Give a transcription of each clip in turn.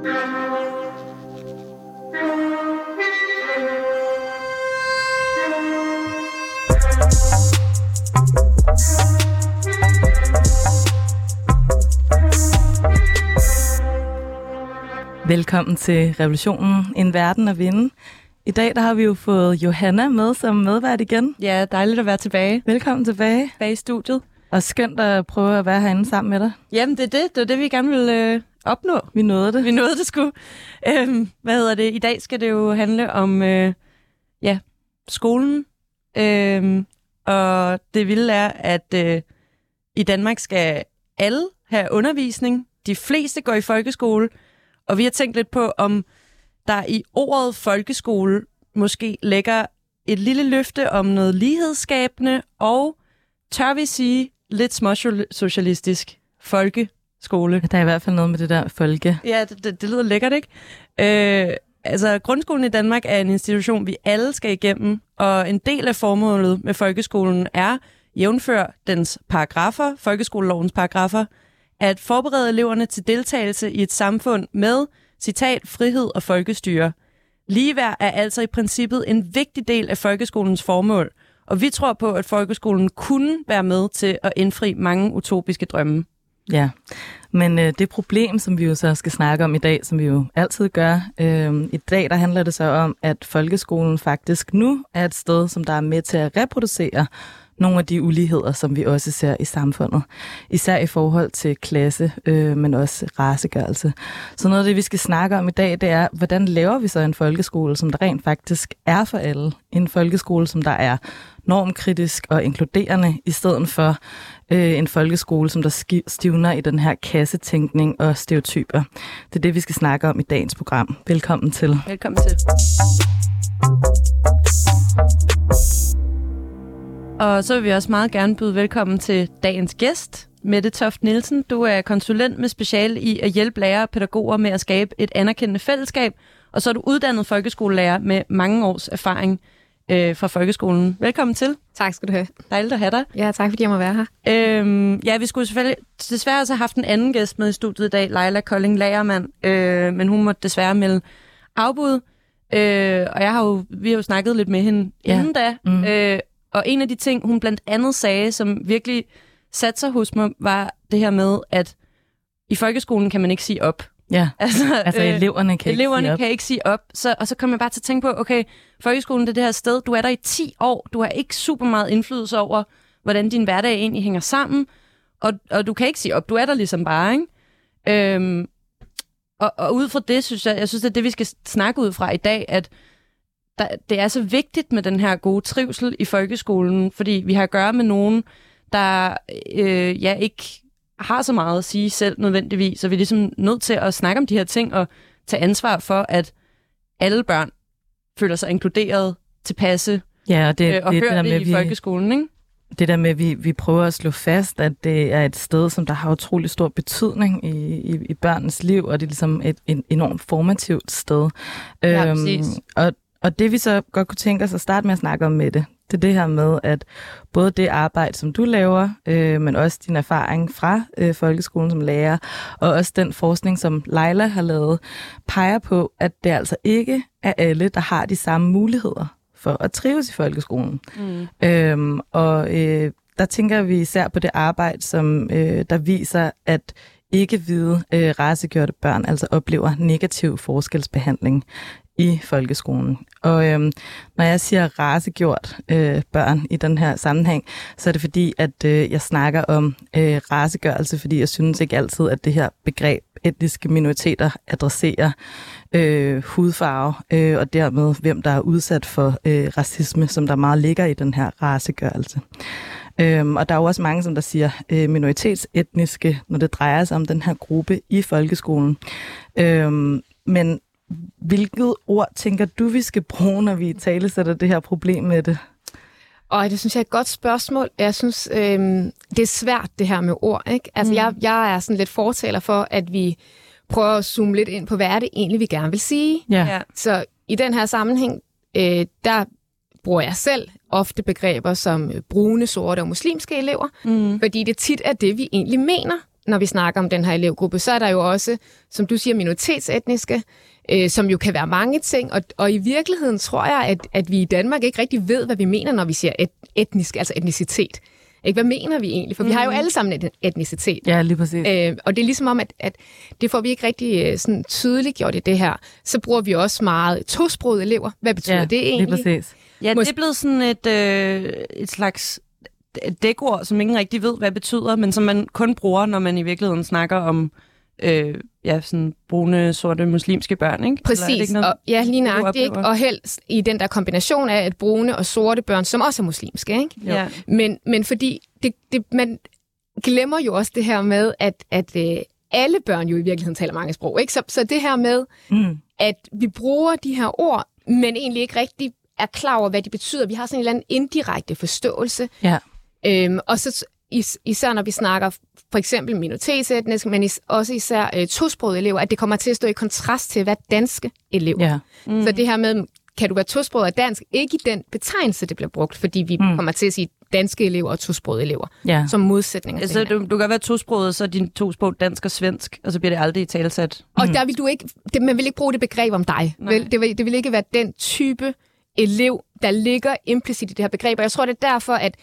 Velkommen til Revolutionen, en verden at vinde. I dag der har vi jo fået Johanna med som medvært igen. Ja, dejligt at være tilbage. Velkommen tilbage. Bag i studiet. Og skønt at prøve at være herinde sammen med dig. Jamen, det er det vi gerne vil opnå. Vi nåede det. Vi nåede det sgu. I dag skal det jo handle om skolen. Og det vilde er, at i Danmark skal alle have undervisning. De fleste går i folkeskole. Og vi har tænkt lidt på, om der i ordet folkeskole måske lægger et lille løfte om noget lighedsskabende og, tør vi sige, lidt småsocialistisk folkeskole. Der er i hvert fald noget med det der folke. Ja, det lyder lækkert, ikke? Grundskolen i Danmark er en institution, vi alle skal igennem, og en del af formålet med folkeskolen er, jævnfør dens paragrafer, folkeskolelovens paragrafer, at forberede eleverne til deltagelse i et samfund med, citat, frihed og folkestyre. Ligeværd er altså i princippet en vigtig del af folkeskolens formål, og vi tror på, at folkeskolen kunne være med til at indfri mange utopiske drømme. Ja, men det problem, som vi jo så skal snakke om i dag, som vi jo altid gør, i dag der handler det så om, at folkeskolen faktisk nu er et sted, som der er med til at reproducere nogle af de uligheder, som vi også ser i samfundet. Især i forhold til klasse, men også racegørelse. Så noget af det, vi skal snakke om i dag, det er, hvordan laver vi så en folkeskole, som der rent faktisk er for alle? En folkeskole, som der er normkritisk og inkluderende, i stedet for en folkeskole, som der stivner i den her kassetænkning og stereotyper. Det er det, vi skal snakke om i dagens program. Velkommen til. Velkommen til. Og så vil vi også meget gerne byde velkommen til dagens gæst, Mette Toft Nielsen. Du er konsulent med speciale i at hjælpe lærere og pædagoger med at skabe et anerkendende fællesskab, og så er du uddannet folkeskolelærer med mange års erfaring fra folkeskolen. Velkommen til. Tak skal du have. Dejligt at have dig. Ja, tak fordi jeg må være her. Vi skulle selvfølgelig desværre også have haft en anden gæst med i studiet i dag, Leila Kolding Lagermand, men hun måtte desværre melde afbud. Og vi har jo snakket lidt med hende inden da. Og en af de ting, hun blandt andet sagde, som virkelig satte sig hos mig, var det her med, at i folkeskolen kan man ikke sige op. Ja, altså eleverne kan ikke sige op. Og så kom jeg bare til at tænke på, okay, folkeskolen det er det her sted, du er der i 10 år, du har ikke super meget indflydelse over, hvordan din hverdag egentlig hænger sammen, og du kan ikke sige op, du er der ligesom bare, ikke? Og ud fra det, synes jeg synes, det er det, vi skal snakke ud fra i dag, at det er så vigtigt med den her gode trivsel i folkeskolen, fordi vi har at gøre med nogen, der ikke har så meget at sige selv nødvendigvis, så vi er ligesom nødt til at snakke om de her ting og tage ansvar for, at alle børn føler sig inkluderet, tilpasse og høre det i folkeskolen, ikke? Det der med, at vi prøver at slå fast, at det er et sted, som der har utrolig stor betydning i børnenes liv, og det er ligesom et enormt formativt sted. Ja, præcis. Og det vi så godt kunne tænke os at starte med at snakke om med det er det her med, at både det arbejde, som du laver, men også din erfaring fra folkeskolen som lærer, og også den forskning, som Leila har lavet, peger på, at det altså ikke er alle, der har de samme muligheder for at trives i folkeskolen. Der tænker vi især på det arbejde, som der viser, at ikke-hvide racegjorte børn altså oplever negativ forskelsbehandling i folkeskolen. Og når jeg siger racegjort børn i den her sammenhæng, så er det fordi, at jeg snakker om racegørelse, fordi jeg synes ikke altid, at det her begreb etniske minoriteter adresserer hudfarve og dermed hvem der er udsat for racisme, som der meget ligger i den her racegørelse. Og der er jo også mange, som der siger minoritetsetniske, når det drejer sig om den her gruppe i folkeskolen. Men hvilket ord tænker du, vi skal bruge, når vi talesætter det her problem med det? Det synes jeg er et godt spørgsmål. Jeg synes, det er svært, det her med ord, ikke? Altså, jeg er sådan lidt fortaler for, at vi prøver at zoome lidt ind på, hvad er det egentlig, vi gerne vil sige. Ja. Så i den her sammenhæng, der bruger jeg selv ofte begreber som brune, sorte og muslimske elever, fordi det tit er det, vi egentlig mener. når vi snakker om den her elevgruppe, så er der jo også, som du siger, minoritetsetniske, som jo kan være mange ting, og i virkeligheden tror jeg, at vi i Danmark ikke rigtig ved, hvad vi mener, når vi siger etnisk, altså etnicitet. Ikke? Hvad mener vi egentlig? For vi har jo alle sammen en etnicitet. Ja, lige præcis. Og det er ligesom om, at det får vi ikke rigtig sådan tydeligt gjort i det her. Så bruger vi også meget tosprogede elever. Hvad betyder det egentlig? Lige præcis. Ja, det er blevet sådan et slags dækord, som ingen rigtig ved, hvad det betyder, men som man kun bruger, når man i virkeligheden snakker om sådan brune, sorte, muslimske børn, ikke? Præcis, og ja, lige nøjagtigt, ikke? Og helst i den der kombination af at brune og sorte børn, som også er muslimske, ikke? Ja. Men fordi man glemmer jo også det her med, at alle børn jo i virkeligheden taler mange sprog, ikke? Så det her med, at vi bruger de her ord, men egentlig ikke rigtig er klar over, hvad de betyder. Vi har sådan en eller anden indirekte forståelse. Ja. Og så især når vi snakker for eksempel minoritetsetnisk, men også især tosprogede elever, at det kommer til at stå i kontrast til, hvad danske elever. Ja. Så det her med, kan du være tosproget og dansk, ikke i den betegnelse, det bliver brugt, fordi vi kommer til at sige danske elever og tosprogede elever, som modsætninger. Altså, du kan være tosproget, så er din tosprog dansk og svensk, og så bliver det aldrig i talesat. Og der vil du ikke, man vil ikke bruge det begreb om dig. Det vil ikke være den type elev, der ligger implicit i det her begreb. Og jeg tror, det er derfor, at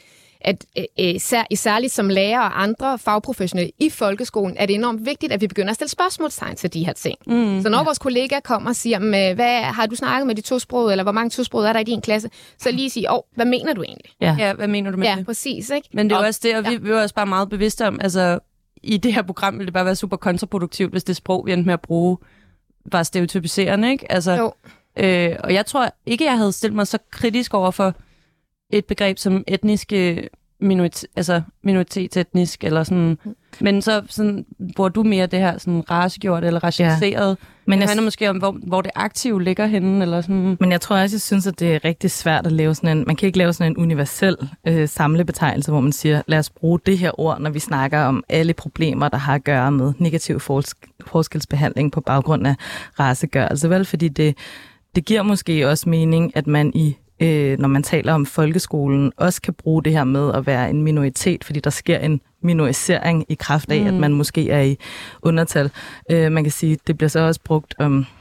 særligt som lærer og andre fagprofessionelle i folkeskolen, er det enormt vigtigt, at vi begynder at stille spørgsmålstegn til de her ting. Så når vores kollegaer kommer og siger, hvad har du snakket med de tosprogede, eller hvor mange tosprogede er der i din klasse, så lige sige, hvad mener du egentlig? Ja, hvad mener du med det? Ja, præcis, ikke? Men det er jo også det, og vi er også bare meget bevidste om, altså i det her program ville det bare være super kontraproduktivt, hvis det sprog, vi endte med at bruge, var stereotypiserende, ikke? Altså, og jeg tror ikke, jeg havde stillet mig så kritisk over for et begreb som etniske minoritetsetnisk eller sådan. Men så sådan, hvor du mere det her sådan racegjort eller racialiseret. Ja. Men det handler måske om, hvor det aktive ligger henne eller sådan. Men jeg tror også, jeg synes, at det er rigtig svært at lave sådan en, man kan ikke lave sådan en universel samlebetegnelse, hvor man siger, lad os bruge det her ord, når vi snakker om alle problemer, der har at gøre med negativ forskelsbehandling på baggrund af racegørelse. Vel, fordi det giver måske også mening, at man når man taler om folkeskolen, også kan bruge det her med at være en minoritet, fordi der sker en minorisering i kraft af, at man måske er i undertal. Man kan sige, det bliver så også brugt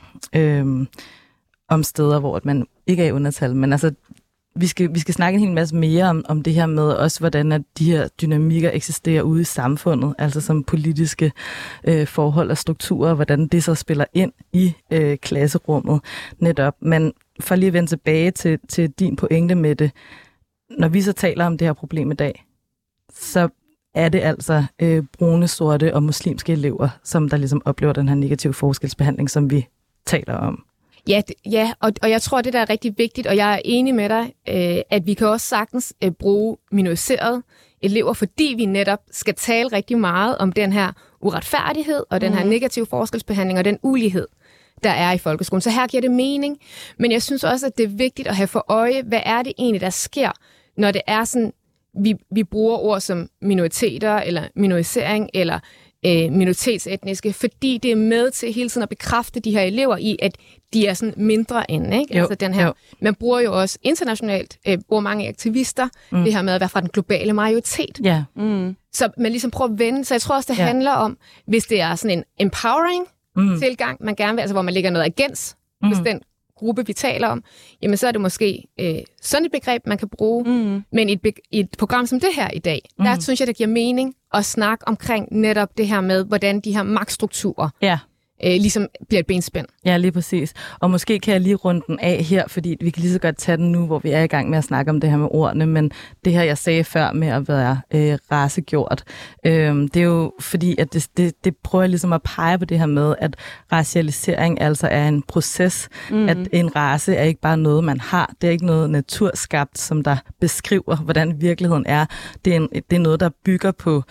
om steder, hvor man ikke er i undertal, men altså, vi skal snakke en hel masse mere om det her med også, hvordan at de her dynamikker eksisterer ude i samfundet, altså som politiske forhold og strukturer, hvordan det så spiller ind i klasserummet netop. Men for lige at vende tilbage til din pointe med det, når vi så taler om det her problem i dag, så er det altså brune, sorte og muslimske elever, som der ligesom oplever den her negative forskelsbehandling, som vi taler om. Ja, og jeg tror, det der er rigtig vigtigt, og jeg er enig med dig, at vi kan også sagtens bruge minoriserede elever, fordi vi netop skal tale rigtig meget om den her uretfærdighed og den her negative forskelsbehandling og den ulighed, der er i folkeskolen. Så her giver det mening, men jeg synes også, at det er vigtigt at have for øje, hvad er det egentlig, der sker, når det er sådan, vi bruger ord som minoriteter, eller minorisering, eller minoritetsetniske, fordi det er med til hele tiden at bekræfte de her elever i, at de er sådan mindre end, ikke? Jo, altså den her. Man bruger jo også internationalt, bruger mange aktivister, det her med at være fra den globale majoritet. Ja. Så man ligesom prøver at vende, så jeg tror også, det handler om, hvis det er sådan en empowering tilgang, man gerne vil, altså hvor man lægger noget agens hos den gruppe, vi taler om, jamen så er det måske sådan et begreb, man kan bruge. Men i et program som det her i dag, der synes jeg, det giver mening at snakke omkring netop det her med, hvordan de her magtstrukturer ligesom bliver et benspænd. Ja, lige præcis. Og måske kan jeg lige runde den af her, fordi vi kan lige så godt tage den nu, hvor vi er i gang med at snakke om det her med ordene, men det her, jeg sagde før med at være racegjort, det er jo fordi, at det prøver ligesom at pege på det her med, at racialisering altså er en proces, at en race er ikke bare noget, man har. Det er ikke noget naturskabt, som der beskriver, hvordan virkeligheden er. Det er noget, der bygger på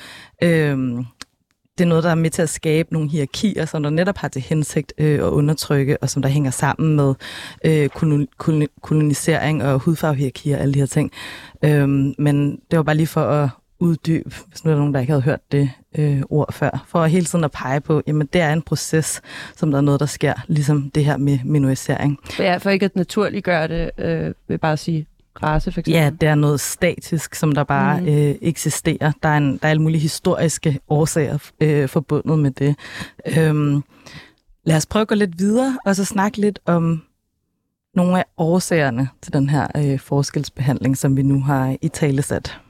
det er noget, der er med til at skabe nogle hierarkier, som der netop har til hensigt at undertrykke, og som der hænger sammen med kolonisering og hudfarvehierarkier og alle de her ting. Men det var bare lige for at uddybe, hvis nu er der nogen, der ikke havde hørt det ord før, for hele tiden at pege på, jamen det er en proces, som der er noget, der sker, ligesom det her med minorisering. Ja, for ikke at naturliggøre det, vil bare sige race, for eksempel? Ja, det er noget statisk, som der bare eksisterer. Der er alle mulige historiske årsager forbundet med det. Lad os prøve at gå lidt videre, og så snakke lidt om nogle af årsagerne til den her forskelsbehandling, som vi nu har italesat.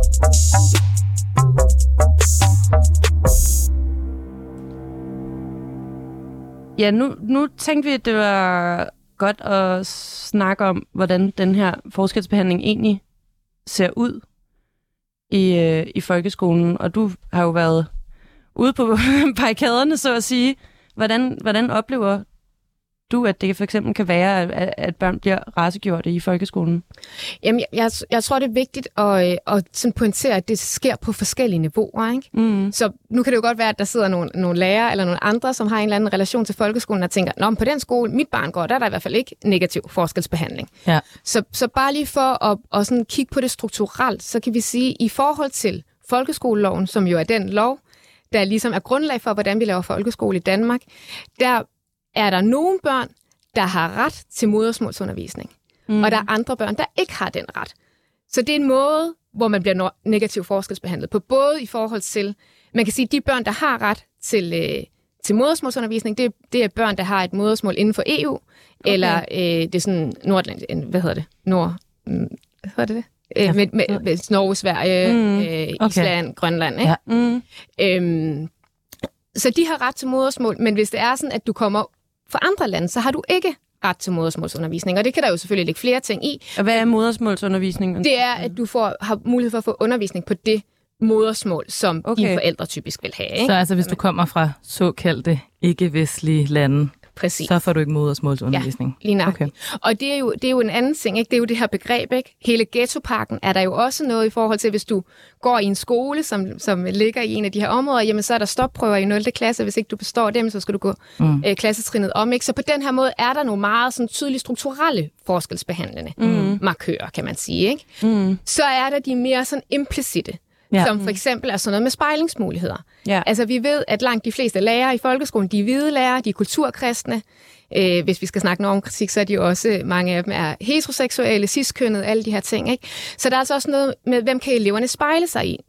Ja, nu tænkte vi, at det var godt at snakke om, hvordan den her forskelsbehandling egentlig ser ud i folkeskolen. Og du har jo været ude på barrikaderne, så at sige. Hvordan oplever du, at det for eksempel kan være, at børn bliver racegjorte i folkeskolen? Jamen, jeg tror, det er vigtigt at sådan pointere, at det sker på forskellige niveauer. Ikke? Mm. Så nu kan det jo godt være, at der sidder nogle lærere eller nogle andre, som har en eller anden relation til folkeskolen, og tænker, nå, på den skole, mit barn går, der er der i hvert fald ikke negativ forskelsbehandling. Ja. Så bare lige for at sådan kigge på det strukturelt, så kan vi sige, i forhold til folkeskoleloven, som jo er den lov, der ligesom er grundlag for, hvordan vi laver folkeskole i Danmark, der er der nogle børn, der har ret til modersmålsundervisning, og der er andre børn, der ikke har den ret. Så det er en måde, hvor man bliver negativt forskelsbehandlet på, både i forhold til, man kan sige, de børn, der har ret til modersmålsundervisning, det er børn, der har et modersmål inden for EU, okay. Eller det er sådan med Norge, Sverige, Island, Grønland. Ikke? Ja. Så de har ret til modersmål, men hvis det er sådan, at du kommer fra andre lande, så har du ikke ret til modersmålsundervisning, og det kan der jo selvfølgelig ligge flere ting i. Og hvad er modersmålsundervisning? Det er, at du har mulighed for at få undervisning på det modersmål, som dine forældre typisk vil have. Ikke? Så altså, hvis du kommer fra såkaldte ikke-vestlige lande, præcis, så får du ikke modersmålsundervisning? Ja, lige nok. Okay. Og det er jo en anden ting, ikke? Det er jo det her begreb, ikke? Hele ghettopakken er der jo også noget i forhold til, hvis du går i en skole, som ligger i en af de her områder, jamen så er der stopprøver i 0. klasse, hvis ikke du består dem, så skal du gå klassetrinnet om, ikke? Så på den her måde er der nogle meget sådan tydelige strukturelle forskelsbehandlende markører, kan man sige, ikke? Så er der de mere sådan implicite, som for eksempel er sådan noget med spejlingsmuligheder. Ja. Altså vi ved, at langt de fleste lærere i folkeskolen, de er hvide lærere, de er kulturkristne. Hvis vi skal snakke normkritik, så er de også, mange af dem er heteroseksuelle, cis-kønnede, alle de her ting. Ikke? Så der er altså også noget med, hvem kan eleverne spejle sig i.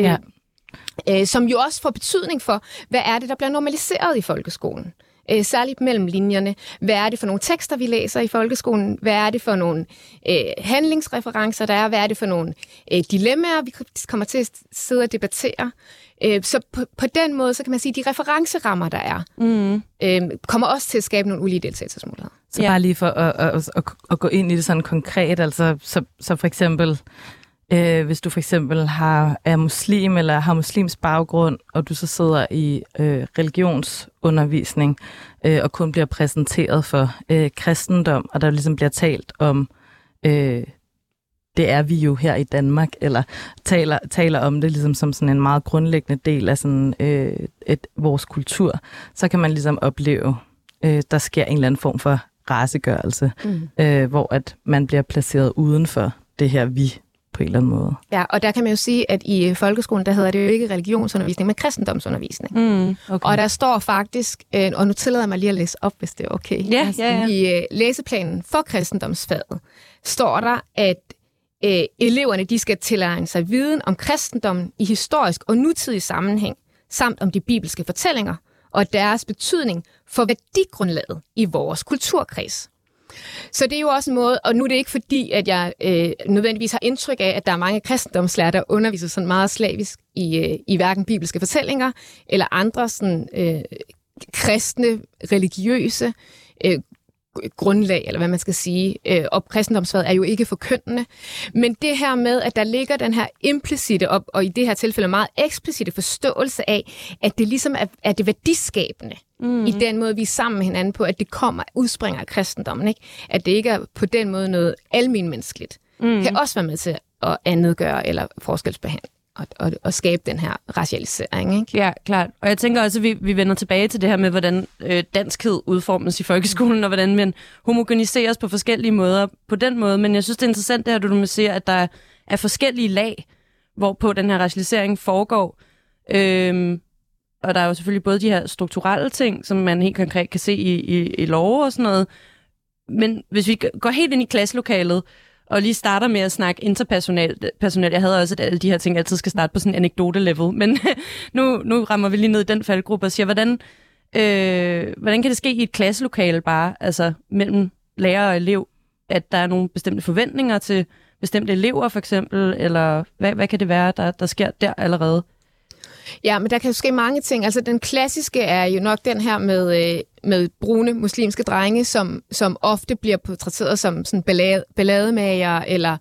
Som jo også får betydning for, hvad er det, der bliver normaliseret i folkeskolen. Særligt mellem linjerne. Hvad er det for nogle tekster, vi læser i folkeskolen? Hvad er det for nogle handlingsreferencer, der er? Hvad er det for nogle dilemmaer, vi kommer til at sidde og debattere? Så på den måde, så kan man sige, at de referencerammer, der er, kommer også til at skabe nogle ulige deltagelsesmuligheder. Så bare lige for at gå ind i det sådan konkret, altså så for eksempel, hvis du for eksempel er muslim eller har muslims baggrund, og du så sidder i religionsundervisning og kun bliver præsenteret for kristendom, og der ligesom bliver talt om, det er vi jo her i Danmark, eller taler om det ligesom som sådan en meget grundlæggende del af sådan vores kultur, så kan man ligesom opleve, der sker en eller anden form for racegørelse, hvor at man bliver placeret uden for det her vi på en eller anden måde. Ja, og der kan man jo sige, at i folkeskolen, der hedder det jo ikke religionsundervisning, men kristendomsundervisning. Okay. Og der står faktisk, og nu tillader jeg mig lige at læse op, hvis det er okay. I læseplanen for kristendomsfaget står der, at eleverne de skal tilegne sig viden om kristendommen i historisk og nutidig sammenhæng, samt om de bibelske fortællinger og deres betydning for værdigrundlaget i vores kulturkreds. Så det er jo også en måde, og nu er det ikke fordi, at jeg nødvendigvis har indtryk af, at der er mange kristendomslærere, der underviser sådan meget slavisk i hverken bibelske fortællinger eller andre sådan, kristne, religiøse grundlag, eller hvad man skal sige, og kristendomsfaget er jo ikke forkyndende. Men det her med, at der ligger den her implicite, og i det her tilfælde meget eksplicite forståelse af, at det ligesom er det værdiskabende i den måde, vi er sammen med hinanden på, at det udspringer af kristendommen, ikke? At det ikke er på den måde noget almenmenneskeligt, kan også være med til at andetgøre eller forskelsbehandle. Og skabe den her racialisering, ikke? Ja, klart. Og jeg tænker også, at vi vender tilbage til det her med, hvordan danskhed udformes i folkeskolen, og hvordan man homogeniseres på forskellige måder på den måde. Men jeg synes, det er interessant, det her, du ser, at der er forskellige lag, hvorpå den her racialisering foregår. Og der er jo selvfølgelig både de her strukturelle ting, som man helt konkret kan se i love og sådan noget. Men hvis vi går helt ind i klasselokalet, og lige starter med at snakke interpersonelt. Jeg havde også, at alle de her ting altid skal starte på sådan en anekdote-level, men nu rammer vi lige ned i den faldgruppe og siger, hvordan kan det ske i et klasselokale bare, altså mellem lærer og elev, at der er nogle bestemte forventninger til bestemte elever for eksempel, eller hvad kan det være, der sker der allerede? Ja, men der kan jo ske mange ting. Altså den klassiske er jo nok den her med brune muslimske drenge, som ofte bliver portrætteret som sådan ballademager, eller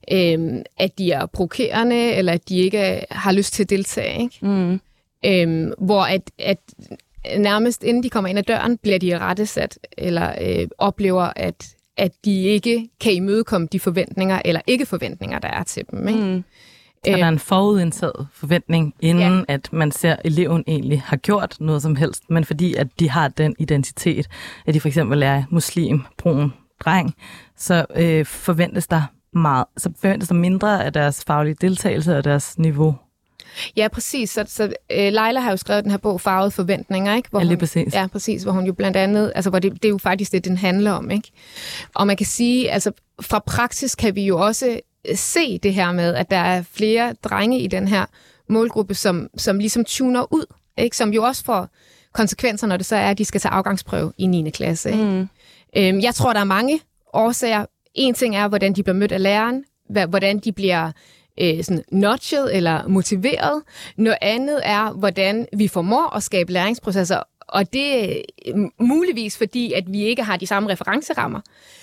at de er provokerende, eller at de ikke har lyst til at deltage. Ikke? Hvor at nærmest inden de kommer ind ad døren, bliver de rettesat, eller oplever, at de ikke kan imødekomme de forventninger, eller ikke forventninger, der er til dem. Ikke? Så der er en forudindtaget forventning, inden at man ser, at eleven egentlig har gjort noget som helst, men fordi at de har den identitet, at de for eksempel er muslim, brun, dreng, så forventes der mindre af deres faglige deltagelse og deres niveau. Ja, præcis. Så Leila har jo skrevet den her bog, Farvede forventninger, ikke? Hvor lige præcis. Ja, præcis, hvor hun jo blandt andet, altså hvor det er jo faktisk det, den handler om, ikke? Og man kan sige, altså fra praksis kan vi jo også se det her med, at der er flere drenge i den her målgruppe, som ligesom tuner ud, ikke? Som jo også får konsekvenser, når det så er, at de skal tage afgangsprøve i 9. klasse. Ikke? Jeg tror, der er mange årsager. En ting er, hvordan de bliver mødt af læreren, hvordan de bliver sådan nudget eller motiveret. Noget andet er, hvordan vi formår at skabe læringsprocesser, og det er muligvis fordi, at vi ikke har de samme referencerammer.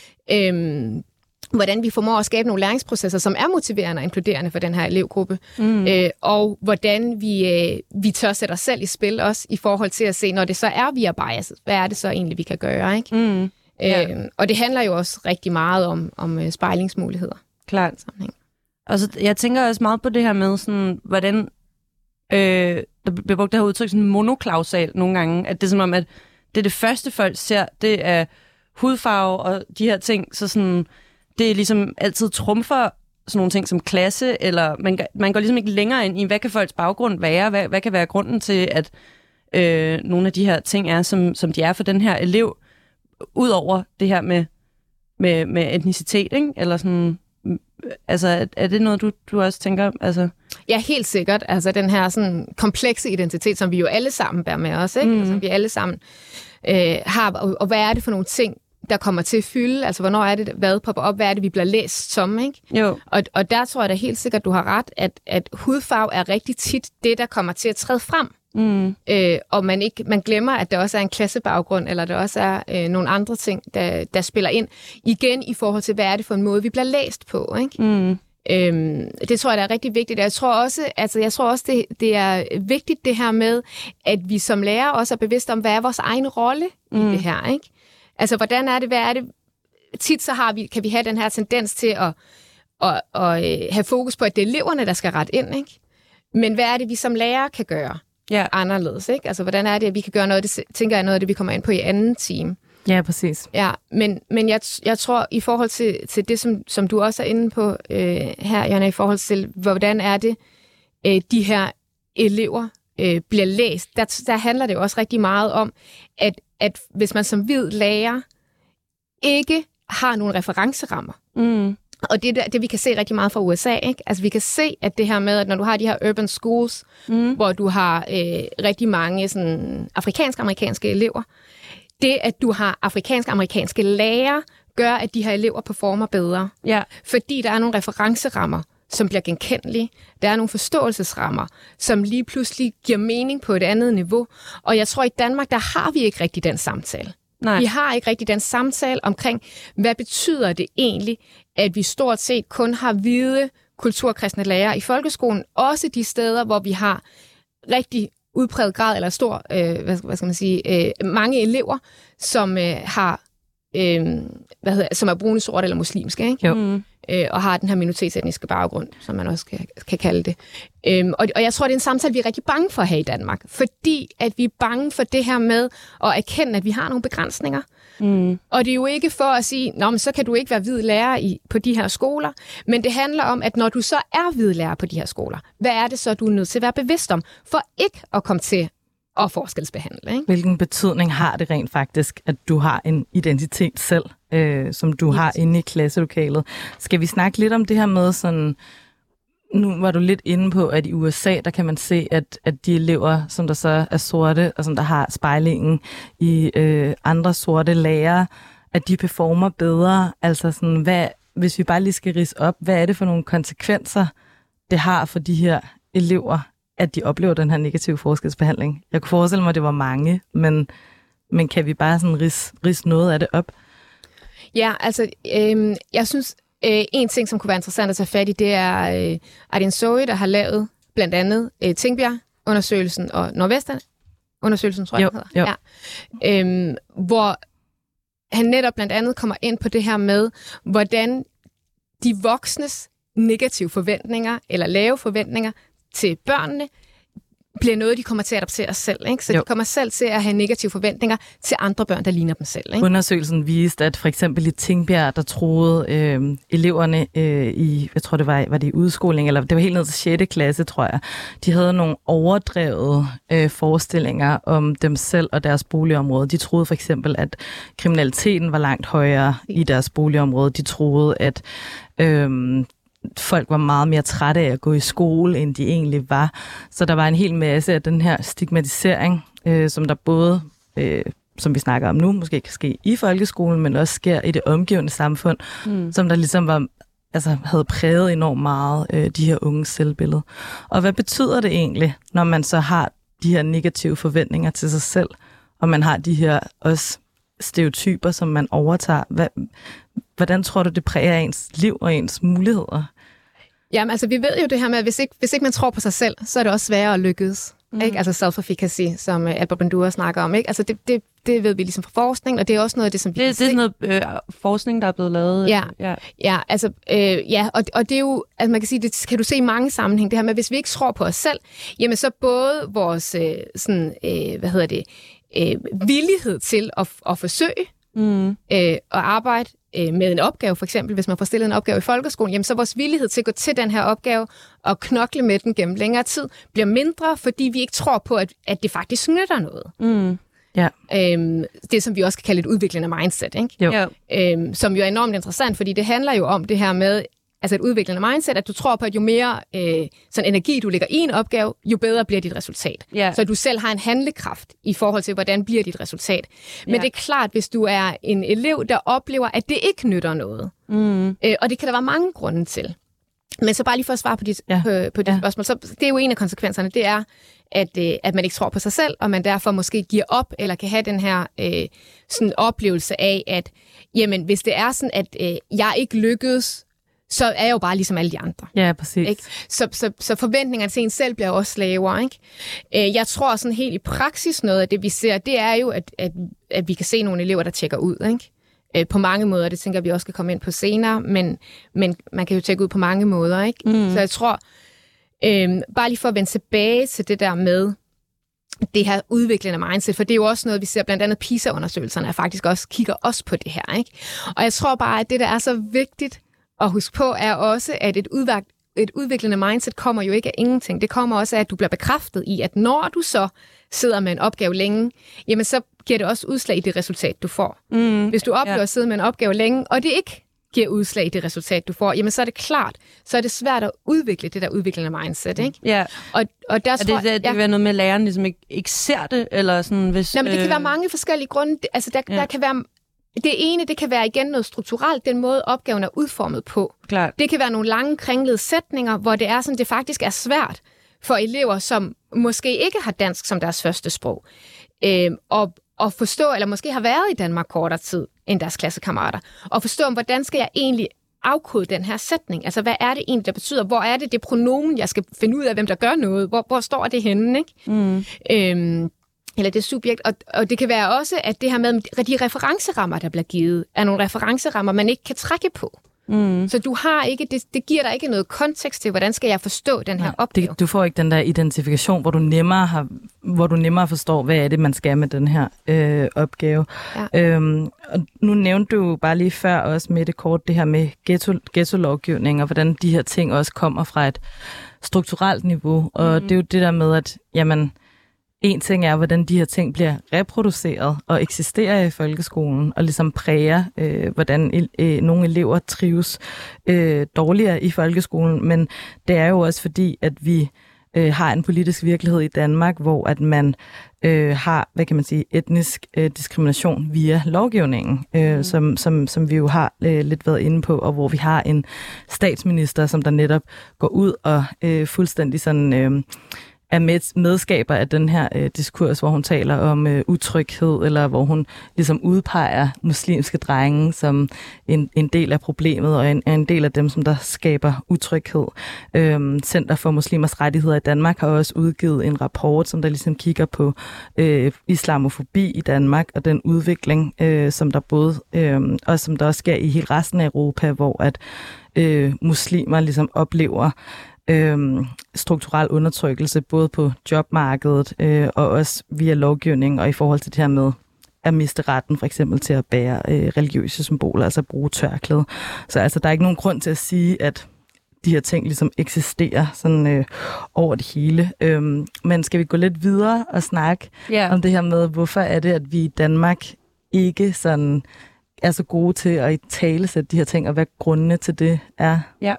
Hvordan vi formår at skabe nogle læringsprocesser, som er motiverende og inkluderende for den her elevgruppe, og hvordan vi tør sætte os selv i spil også, i forhold til at se, når det så er, vi er biaset, hvad er det så egentlig, vi kan gøre, ikke? Og det handler jo også rigtig meget om spejlingsmuligheder. Klart. Og så, jeg tænker også meget på det her med, sådan, hvordan der bliver brugt det her udtryk, sådan monoklausal nogle gange, at det er som om, at det er det første, folk ser, det er hudfarve og de her ting, så sådan, det er ligesom altid trumfer sådan nogle ting som klasse, eller man går ligesom ikke længere ind i, hvad kan folks baggrund være, hvad kan være grunden til, at nogle af de her ting er, som de er for den her elev, ud over det her med etnicitet, ikke? Eller sådan, altså, er det noget, du også tænker? Altså? Ja, helt sikkert. Altså den her sådan komplekse identitet, som vi jo alle sammen bærer med os, ikke? Som vi alle sammen har, og hvad er det for nogle ting, der kommer til at fylde? Altså, hvornår er det, hvad popper op? Hvad er det, vi bliver læst som, ikke? Jo. Og der tror jeg da helt sikkert, du har ret, at hudfarve er rigtig tit det, der kommer til at træde frem. Og man glemmer, at der også er en klassebaggrund, eller der også er nogle andre ting, der spiller ind. Igen i forhold til, hvad er det for en måde, vi bliver læst på, ikke? Det tror jeg, der er rigtig vigtigt. Jeg tror også, det er vigtigt det her med, at vi som lærer også er bevidste om, hvad er vores egen rolle i det her, ikke? Altså, hvordan er det, hvad er det? Tit så kan vi have den her tendens til at have fokus på, at det er eleverne, der skal rette ind, ikke? Men hvad er det, vi som lærer kan gøre anderledes, ikke? Altså, hvordan er det, at vi kan gøre noget, det tænker jeg noget af det, vi kommer ind på i anden time. Ja, præcis. Ja, men jeg tror, i forhold til det, som du også er inde på her, Jonna, i forhold til, hvordan er det, de her elever bliver læst, der handler det jo også rigtig meget om, at hvis man som hvid lærer ikke har nogle referencerammer, og det er det, vi kan se rigtig meget fra USA, ikke? Altså, vi kan se, at det her med, at når du har de her urban schools, hvor du har rigtig mange sådan afrikansk-amerikanske elever, det, at du har afrikansk-amerikanske lærere, gør, at de her elever performer bedre. Ja. Fordi der er nogle referencerammer, som bliver genkendelige. Der er nogle forståelsesrammer, som lige pludselig giver mening på et andet niveau. Og jeg tror, i Danmark, der har vi ikke rigtig den samtale. Nej. Vi har ikke rigtig den samtale omkring, hvad betyder det egentlig, at vi stort set kun har hvide kulturkristne lærere i folkeskolen, også de steder, hvor vi har rigtig udpræget grad, eller stor, hvad skal man sige, mange elever, som har, som er brune, sorte eller muslimske, ikke? Jo. Og har den her minoritetsetniske baggrund, som man også kan kalde det. Og jeg tror, det er en samtale, vi er rigtig bange for her i Danmark, fordi at vi er bange for det her med at erkende, at vi har nogle begrænsninger. Og det er jo ikke for at sige, nå, men så kan du ikke være hvid lærer på de her skoler, men det handler om, at når du så er hvid lærer på de her skoler, hvad er det så, du er nødt til at være bevidst om, for ikke at komme til og forskelsbehandle. Ikke? Hvilken betydning har det rent faktisk, at du har en identitet selv, som du har inde i klasselokalet? Skal vi snakke lidt om det her med sådan... Nu var du lidt inde på, at i USA, der kan man se, at de elever, som der så er sorte, og som der har spejlingen i andre sorte lærere, at de performer bedre. Altså sådan, hvis vi bare lige skal ridse op, hvad er det for nogle konsekvenser, det har for de her elever, at de oplever den her negative forskelsbehandling? Jeg kunne forestille mig, at det var mange, men kan vi bare sådan ridse noget af det op? Ja, altså, jeg synes, en ting, som kunne være interessant at tage fat i, det er Adin Zoe, der har lavet blandt andet Tingbjerg-undersøgelsen og Nordvestern-undersøgelsen, tror jeg, den hedder. Ja. Hvor han netop blandt andet kommer ind på det her med, hvordan de voksnes negative forventninger, eller lave forventninger til børnene, bliver noget, de kommer til at adoptere selv. Ikke? Så de kommer selv til at have negative forventninger til andre børn, der ligner dem selv. Ikke? Undersøgelsen viste, at for eksempel i Tingbjerg, der troede eleverne i, jeg tror det var det i udskoling, eller det var helt ned til 6. klasse, tror jeg, de havde nogle overdrevede forestillinger om dem selv og deres boligområde. De troede for eksempel, at kriminaliteten var langt højere i deres boligområde. De troede, at folk var meget mere trætte af at gå i skole, end de egentlig var. Så der var en hel masse af den her stigmatisering, som der både, som vi snakker om nu, måske kan ske i folkeskolen, men også sker i det omgivende samfund, som der ligesom var, altså havde præget enormt meget de her unges selvbillede. Og hvad betyder det egentlig, når man så har de her negative forventninger til sig selv, og man har de her også stereotyper, som man overtager? Hvordan tror du, det præger ens liv og ens muligheder? Jamen, altså, vi ved jo det her med, at hvis ikke man tror på sig selv, så er det også sværere at lykkes. Ikke? Altså self-efficacy, som Albert Bandura snakker om. Ikke? Altså, det ved vi ligesom fra forskning, og det er også noget af det, som vi kan se. Det er noget forskning, der er blevet lavet. Og det er jo, altså man kan sige, det kan du se i mange sammenhæng, det her med, at hvis vi ikke tror på os selv, jamen så både vores villighed til at forsøge at arbejde med en opgave, for eksempel, hvis man får stillet en opgave i folkeskolen, jamen så vores villighed til at gå til den her opgave og knokle med den gennem længere tid, bliver mindre, fordi vi ikke tror på, at det faktisk nytter noget. Ja. Det, som vi også kan kalde et udviklende mindset, ikke? Som jo er enormt interessant, fordi det handler jo om det her med, altså et udviklende mindset, at du tror på, at jo mere sådan energi, du lægger i en opgave, jo bedre bliver dit resultat. Yeah. Så du selv har en handlekraft i forhold til, hvordan bliver dit resultat. Men det er klart, hvis du er en elev, der oplever, at det ikke nytter noget. Og det kan der være mange grunde til. Men så bare lige for at svare på dit spørgsmål, så det er jo en af konsekvenserne, det er, at man ikke tror på sig selv, og man derfor måske giver op, eller kan have den her sådan oplevelse af, at jamen, hvis det er sådan, at jeg ikke lykkedes, så er jeg jo bare ligesom alle de andre. Ja, præcis. Ikke? Så forventningerne til en selv bliver også lavere. Ikke? Jeg tror sådan helt i praksis noget af det, vi ser, det er jo, at vi kan se nogle elever, der tjekker ud. Ikke? På mange måder, det tænker vi også skal komme ind på senere, men man kan jo tjekke ud på mange måder. Ikke? Så jeg tror, bare lige for at vende tilbage til det der med det her udviklende mindset, for det er jo også noget, vi ser blandt andet PISA-undersøgelserne, faktisk også kigger også på det her. Ikke? Og jeg tror bare, at det, der er så vigtigt at huske på, er også, at et udviklende mindset kommer jo ikke af ingenting. Det kommer også af, at du bliver bekræftet i, at når du så sidder med en opgave længe, jamen så giver det også udslag i det resultat, du får. Hvis du oplever at sidde med en opgave længe, og det ikke giver udslag i det resultat, du får, jamen så er det klart, så er det svært at udvikle det der udviklende mindset, ikke? Ja. Og der tror det kan være noget med, at læreren ligesom ikke ser det, eller sådan, hvis... Nå, men det kan være mange forskellige grunde. Altså, der kan være... Det ene, det kan være igen noget strukturelt, den måde opgaven er udformet på. Klart. Det kan være nogle lange, kringlede sætninger, hvor det er sådan, det faktisk er svært for elever, som måske ikke har dansk som deres første sprog, at forstå, eller måske har været i Danmark kortere tid end deres klassekammerater, og forstå, hvordan skal jeg egentlig afkode den her sætning? Altså, hvad er det egentlig, der betyder? Hvor er det pronomen, jeg skal finde ud af, hvem der gør noget? Hvor står det henne, ikke? Eller det subjekt, og det kan være også, at det her med de referencerammer, der bliver givet, er nogle referencerammer, man ikke kan trække på. Så du har ikke, det giver dig ikke noget kontekst til, hvordan skal jeg forstå den her opgave. Du får ikke den der identifikation, hvor du nemmere forstår, hvad er det, man skal med den her opgave. Ja. Og nu nævnte du bare lige før også med det kort, det her med ghetto-lovgivning, og hvordan de her ting også kommer fra et strukturelt niveau. Og det er jo det der med, at jamen, en ting er, hvordan de her ting bliver reproduceret og eksisterer i folkeskolen, og ligesom præger, hvordan nogle elever trives dårligere i folkeskolen. Men det er jo også fordi, at vi har en politisk virkelighed i Danmark, hvor at man har, hvad kan man sige, etnisk diskrimination via lovgivningen, som vi jo har lidt været inde på, og hvor vi har en statsminister, som der netop går ud og fuldstændig sådan er medskaber af den her diskurs, hvor hun taler om utryghed, eller hvor hun ligesom udpeger muslimske drenge som en del af problemet, og en del af dem, som der skaber utryghed. Center for Muslimers Rettigheder i Danmark har også udgivet en rapport, som der ligesom kigger på islamofobi i Danmark, og den udvikling, som der både, og som der også sker i hele resten af Europa, hvor at muslimer ligesom oplever strukturel undertrykkelse, både på jobmarkedet og også via lovgivning, og i forhold til det her med at miste retten for eksempel til at bære religiøse symboler, altså bruge tørklæde. Så altså, der er ikke nogen grund til at sige, at de her ting ligesom eksisterer sådan over det hele. Men skal vi gå lidt videre og snakke om det her med, hvorfor er det, at vi i Danmark ikke sådan er så gode til at italesætte de her ting, og hvad grundene til det er? Ja.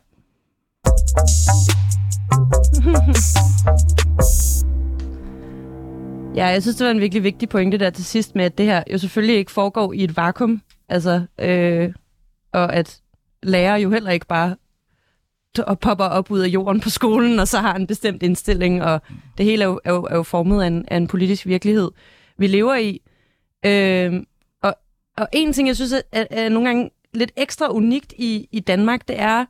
Ja, jeg synes, det var en virkelig vigtig pointe der til sidst med, at det her jo selvfølgelig ikke foregår i et vakuum. Altså, og at lærer jo heller ikke bare popper op ud af jorden på skolen, og så har en bestemt indstilling, og det hele er jo formet af en politisk virkelighed, vi lever i. Og en ting, jeg synes er nogle gange lidt ekstra unikt i Danmark, det er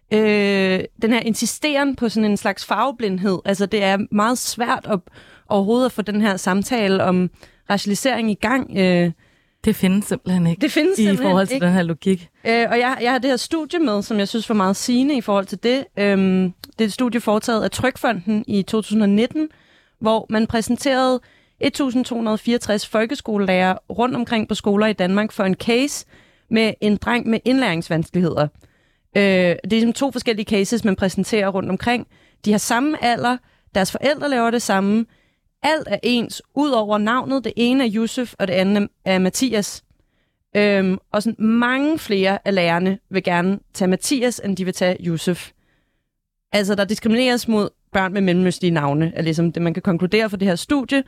den her insisteren på sådan en slags farveblindhed. Altså, det er meget svært overhovedet at få den her samtale om racialisering i gang. Det findes simpelthen ikke. Det findes simpelthen i forhold til ikke. Den her logik. Og jeg har det her studie med, som jeg synes var meget sigende i forhold til det. Det er et studie foretaget af Trygfonden i 2019, hvor man præsenterede 1.264 folkeskolelærere rundt omkring på skoler i Danmark for en case med en dreng med indlæringsvanskeligheder. Det er ligesom 2 forskellige cases, man præsenterer rundt omkring. De har samme alder, deres forældre laver det samme. Alt er ens, ud over navnet. Det ene er Yusuf, og det andet er Mathias. Og sådan mange flere af lærerne vil gerne tage Mathias, end de vil tage Yusuf. Altså, der diskrimineres mod børn med mellemøstlige navne, er ligesom det, man kan konkludere for det her studie.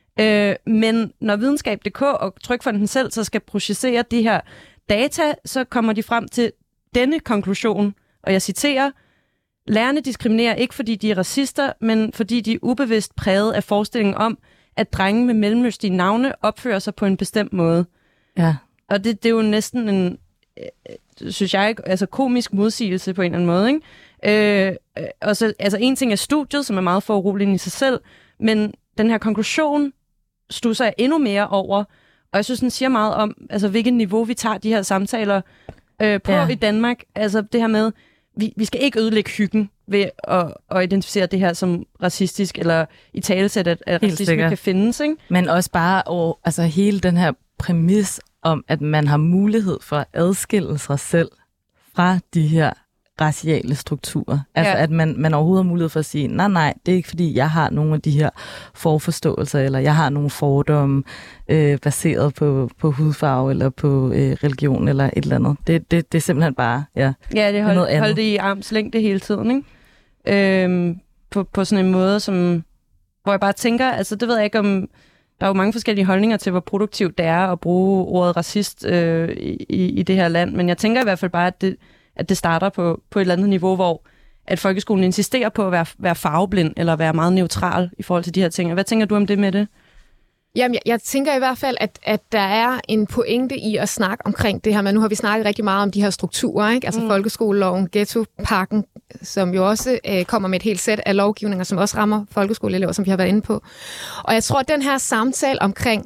Men når Videnskab.dk og Trygfonden selv så skal processere de her data, så kommer de frem til denne konklusion, og jeg citerer: lærerne diskriminerer ikke, fordi de er racister, men fordi de er ubevidst præget af forestillingen om, at drenge med mellemøstlige navne opfører sig på en bestemt måde. Ja. Og det er jo næsten en, synes jeg, altså komisk modsigelse på en eller anden måde, ikke? Og så, altså en ting er studiet, som er meget foruroligende i sig selv, men den her konklusion stusser jeg endnu mere over, og jeg synes, den siger meget om, altså hvilket niveau vi tager de her samtaler på i Danmark. Altså det her med, vi skal ikke ødelægge hyggen ved at identificere det her som racistisk, eller i talesæt, at racisme kan findes, ikke? Men også bare over, altså hele den her præmis om, at man har mulighed for at adskille sig selv fra de her raciale strukturer. Altså at man overhovedet har mulighed for at sige, nej, det er ikke fordi, jeg har nogle af de her forforståelser, eller jeg har nogle fordomme baseret på hudfarve, eller på religion, eller et eller andet. Det er simpelthen bare, det holdt det i arms længde hele tiden, ikke? På sådan en måde, hvor jeg bare tænker, altså det ved jeg ikke om, der er jo mange forskellige holdninger til, hvor produktivt det er at bruge ordet racist i det her land, men jeg tænker i hvert fald bare, at det starter på et eller andet niveau, hvor at folkeskolen insisterer på at være farveblind, eller være meget neutral i forhold til de her ting. Hvad tænker du om det med det? Jamen, jeg tænker i hvert fald, at der er en pointe i at snakke omkring det her, men nu har vi snakket rigtig meget om de her strukturer, ikke? Altså folkeskoleloven, ghettopakken, som jo også kommer med et helt sæt af lovgivninger, som også rammer folkeskoleelever, som vi har været inde på. Og jeg tror, at den her samtale omkring,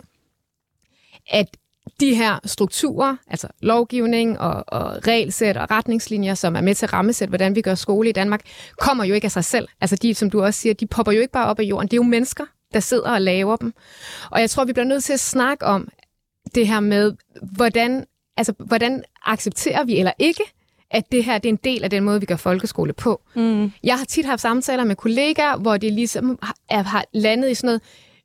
at de her strukturer, altså lovgivning og regelsæt og retningslinjer, som er med til at rammesætte, hvordan vi gør skole i Danmark, kommer jo ikke af sig selv. Altså de, som du også siger, de popper jo ikke bare op af jorden. Det er jo mennesker, der sidder og laver dem. Og jeg tror, vi bliver nødt til at snakke om det her med, hvordan accepterer vi eller ikke, at det her det er en del af den måde, vi gør folkeskole på. Jeg har tit haft samtaler med kollegaer, hvor det ligesom har landet i sådan noget,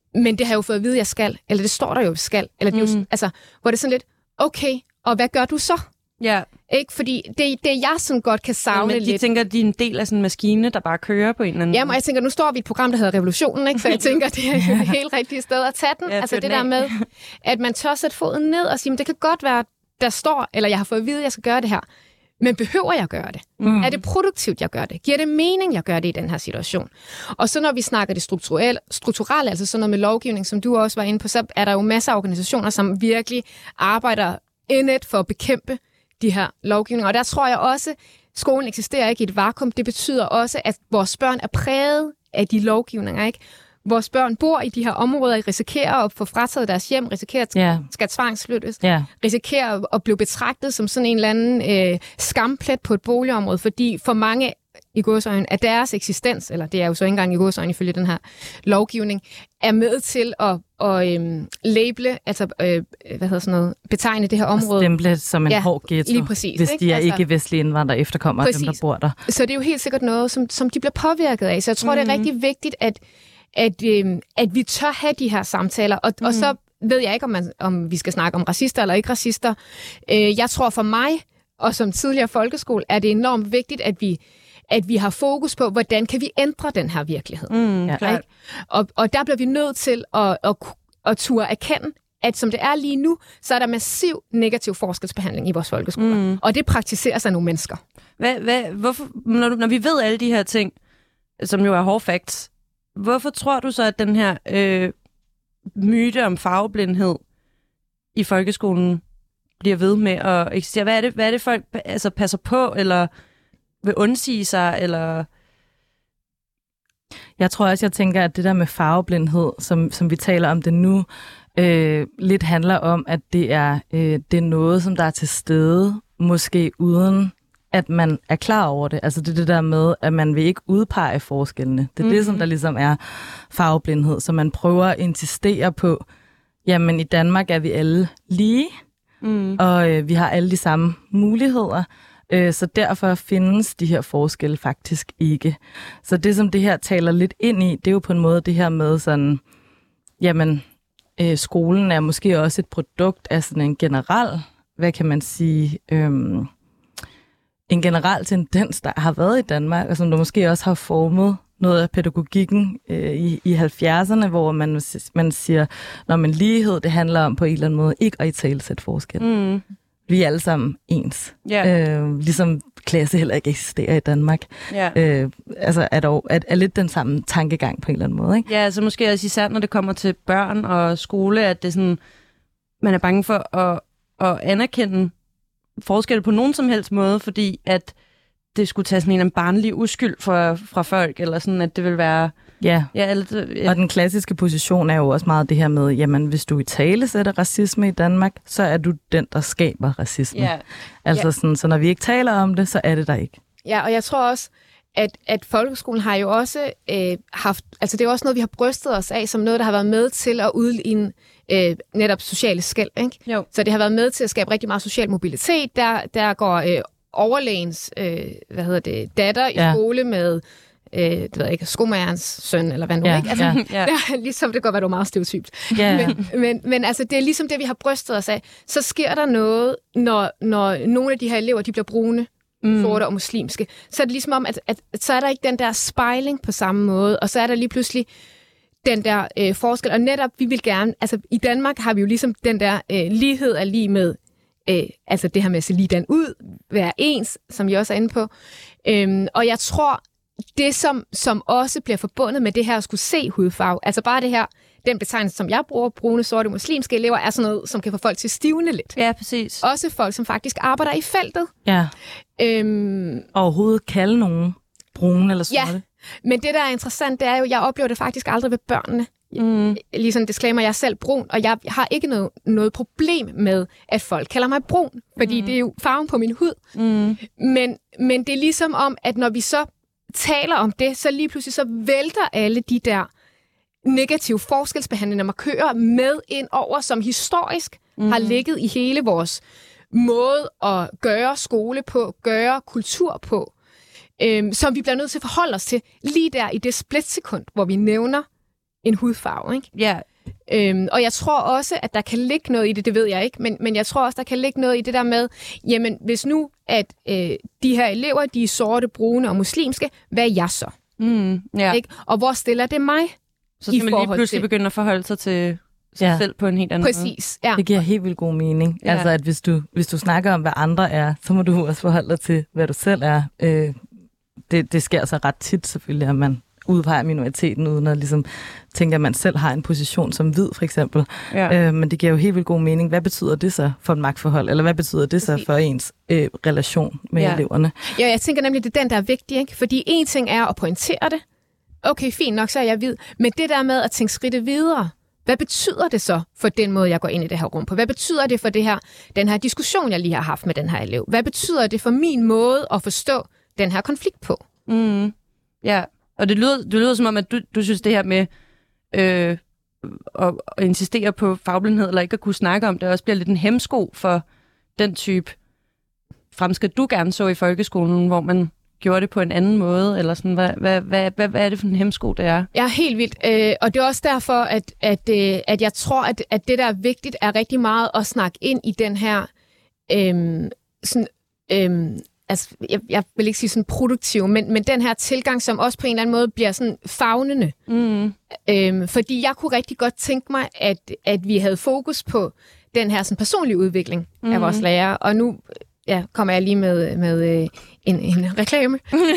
men det har jeg jo fået at vide, at jeg skal, eller det står der jo, skal, eller det er jo, altså, hvor det er sådan lidt, okay, og hvad gør du så? Ja. Ikke? Fordi det jeg sådan godt kan savne lidt. De tænker, at de er en del af sådan en maskine, der bare kører på en eller anden. Jamen, og jeg tænker, nu står vi i et program, der hedder Revolutionen, ikke? Så jeg tænker, det er jo det helt rigtige sted at tage den. Ja, altså det der med, at man tør sætte foden ned og sige, det kan godt være, der står, eller jeg har fået at vide, at jeg skal gøre det her. Men behøver jeg gøre det? Er det produktivt, jeg gør det? Giver det mening, jeg gør det i den her situation? Og så når vi snakker det strukturelle, altså sådan noget med lovgivning, som du også var inde på, så er der jo masser af organisationer, som virkelig arbejder indet for at bekæmpe de her lovgivninger. Og der tror jeg også, skolen eksisterer ikke i et vakuum. Det betyder også, at vores børn er præget af de lovgivninger, ikke? Vores børn bor i de her områder, risikerer at få frataget deres hjem, risikerer at skal tvangsflyttes, risikerer at blive betragtet som sådan en eller anden skamplet på et boligområde, fordi for mange i godsøjne af deres eksistens, eller det er jo så ikke engang i godsøjne ifølge den her lovgivning, er med til at label, altså betegne det her område. Og stemple som en hård ghetto, lige præcis, hvis de er ikke-vestlige indvandrere efterkommere, dem der bor der. Så det er jo helt sikkert noget, som de bliver påvirket af. Så jeg tror, det er rigtig vigtigt, at vi tør have de her samtaler. Og så ved jeg ikke, om vi skal snakke om racister eller ikke racister. Jeg tror for mig, og som tidligere folkeskole, er det enormt vigtigt, at vi har fokus på, hvordan kan vi ændre den her virkelighed. Right? Og der bliver vi nødt til at turde erkende, at som det er lige nu, så er der massiv negativ forskelsbehandling i vores folkeskoler. Og det praktiseres af nogle mennesker. Hvorfor, når vi ved alle de her ting, som jo er hårde facts, hvorfor tror du så, at den her myte om farveblindhed i folkeskolen bliver ved med at eksistere? Hvad er det folk passer på, eller vil undsige sig, eller... Jeg tror også, jeg tænker, at det der med farveblindhed, som vi taler om det nu, lidt handler om, at det er noget, som der er til stede, måske uden at man er klar over det. Altså det er det der med, at man vil ikke udpege forskellene. Det er det, som der ligesom er farveblindhed. Så man prøver at insistere på, jamen i Danmark er vi alle lige, og vi har alle de samme muligheder. Så derfor findes de her forskelle faktisk ikke. Så det, som det her taler lidt ind i, det er jo på en måde det her med sådan, jamen skolen er måske også et produkt af sådan en generel, hvad kan man sige, en generel tendens, der har været i Danmark, og som der måske også har formet noget af pædagogikken i 70'erne, hvor man siger, når man lighed, det handler om på en eller anden måde ikke at italesætte forskel. Vi er alle sammen ens. Ligesom klasse heller ikke eksisterer i Danmark. Altså er lidt den samme tankegang på en eller anden måde, ikke? Ja, så måske også især, når det kommer til børn og skole, at det sådan, man er bange for at anerkende forskel på nogen som helst måde, fordi at det skulle tage sådan en barnlig uskyld fra folk, eller sådan, at det vil være... Og den klassiske position er jo også meget det her med, jamen hvis du italesætter racisme i Danmark, så er du den, der skaber racisme. Altså sådan, så når vi ikke taler om det, så er det der ikke. Ja, og jeg tror også, at folkeskolen har jo også haft, altså det er også noget, vi har brystet os af, som noget, der har været med til at udligne netop sociale skel, ikke? Jo. Så det har været med til at skabe rigtig meget social mobilitet. Der går overlægens, datter i skole med, det ved jeg ikke, skomagerens søn, eller hvad nu, ikke? Altså, ligesom det går være, du er meget stereotypt. Men altså, det er ligesom det, vi har brystet os af. Så sker der noget, når nogle af de her elever, de bliver brune, sorte og muslimske. Så er det ligesom om, at så er der ikke den der spejling på samme måde, og så er der lige pludselig den der forskel. Og netop, vi vil gerne, altså i Danmark har vi jo ligesom den der lighed er lige med, altså det her med at se ligedan ud, være ens, som I også er inde på. Og jeg tror, det som også bliver forbundet med det her at skulle se hudfarve, altså bare det her, den betegnelse, som jeg bruger, brune, sorte, muslimske elever, er sådan noget, som kan få folk til at stivne lidt. Ja, præcis. Også folk, som faktisk arbejder i feltet. Ja. Overhovedet kalde nogen brune eller sorte. Ja, men det, der er interessant, det er jo, jeg oplever det faktisk aldrig ved børnene. Ligesom disclaimer, jeg er selv brun, og jeg har ikke noget problem med, at folk kalder mig brun, fordi det er jo farven på min hud. Men det er ligesom om, at når vi så taler om det, så lige pludselig så vælter alle de der negative forskelsbehandlinger markører med ind over, som historisk har ligget i hele vores måde at gøre skole på, gøre kultur på, som vi bliver nødt til at forholde os til lige der i det splitsekund, hvor vi nævner en hudfarve, ikke? Ja. Og jeg tror også, at der kan ligge noget i det ved jeg ikke, men jeg tror også, der kan ligge noget i det der med, jamen hvis nu, at de her elever, de er sorte, brune og muslimske, hvad er jeg så? Ja. Ikke? Og hvor stiller det mig? Så skal man lige pludselig begynde at forholde sig til sig selv på en helt anden måde. Præcis, ja. Det giver helt vildt god mening. Ja. Altså, at hvis du snakker om, hvad andre er, så må du også forholde dig til, hvad du selv er. Det sker så ret tit selvfølgelig, at man udpeger minoriteten, uden at ligesom tænke, at man selv har en position som hvid, for eksempel. Ja. Men det giver jo helt vildt god mening. Hvad betyder det så for et magtforhold? Eller hvad betyder det så for ens relation med eleverne? Ja, jeg tænker nemlig, det er den, der er vigtig, ikke? Fordi en ting er at pointere det. Okay, fint nok, så er jeg hvid. Men det der med at tænke skridtet videre, hvad betyder det så for den måde, jeg går ind i det her rum på? Hvad betyder det for den her diskussion, jeg lige har haft med den her elev? Hvad betyder det for min måde at forstå den her konflikt på? Ja, og det lyder som om, at du synes det her med at insistere på fagblindhed, eller ikke at kunne snakke om det, også bliver lidt en hæmsko for den type fremskridt, du gerne så i folkeskolen, hvor man gjorde det på en anden måde, eller sådan, hvad er det for en hæmsko, det er? Ja, helt vildt. Og det er også derfor, at jeg tror, at det, der er vigtigt, er rigtig meget at snakke ind i den her altså, jeg vil ikke sige sådan produktiv, men den her tilgang, som også på en eller anden måde bliver sådan favnende. Fordi jeg kunne rigtig godt tænke mig, at vi havde fokus på den her sådan personlige udvikling af vores lærere, og nu kommer jeg lige med en reklame.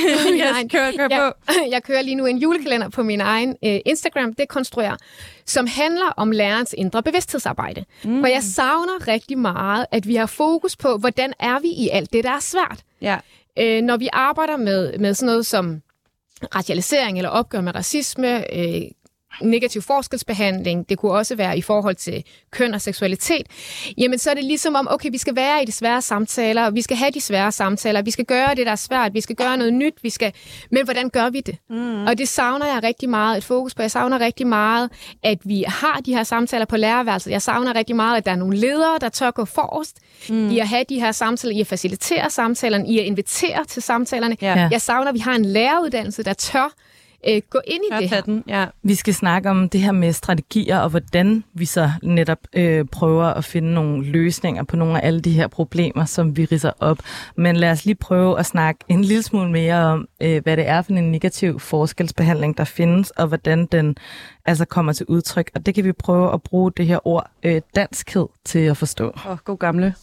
Jeg kører lige nu en julekalender på min egen Instagram, Dekonstruer, som handler om lærerens indre bevidsthedsarbejde. For jeg savner rigtig meget, at vi har fokus på, hvordan er vi i alt det, der er svært. Ja. Når vi arbejder med sådan noget som racialisering eller opgør med racisme, negativ forskelsbehandling, det kunne også være i forhold til køn og seksualitet, jamen så er det ligesom om, okay, vi skal være i de svære samtaler, vi skal have de svære samtaler, vi skal gøre det, der er svært, vi skal gøre noget nyt, men hvordan gør vi det? Og det savner jeg rigtig meget et fokus på. Jeg savner rigtig meget, at vi har de her samtaler på lærerværelset. Jeg savner rigtig meget, at der er nogle ledere, der tør gå forrest i at have de her samtaler, i at facilitere samtalerne, i at invitere til samtalerne. Ja. Jeg savner, at vi har en læreruddannelse, der tør gå ind i det her. Ja. Vi skal snakke om det her med strategier, og hvordan vi så netop prøver at finde nogle løsninger på nogle af alle de her problemer, som vi ridser op. Men lad os lige prøve at snakke en lille smule mere om, hvad det er for en negativ forskelsbehandling, der findes, og hvordan den altså kommer til udtryk. Og det kan vi prøve at bruge det her ord danskhed til at forstå. God gamle.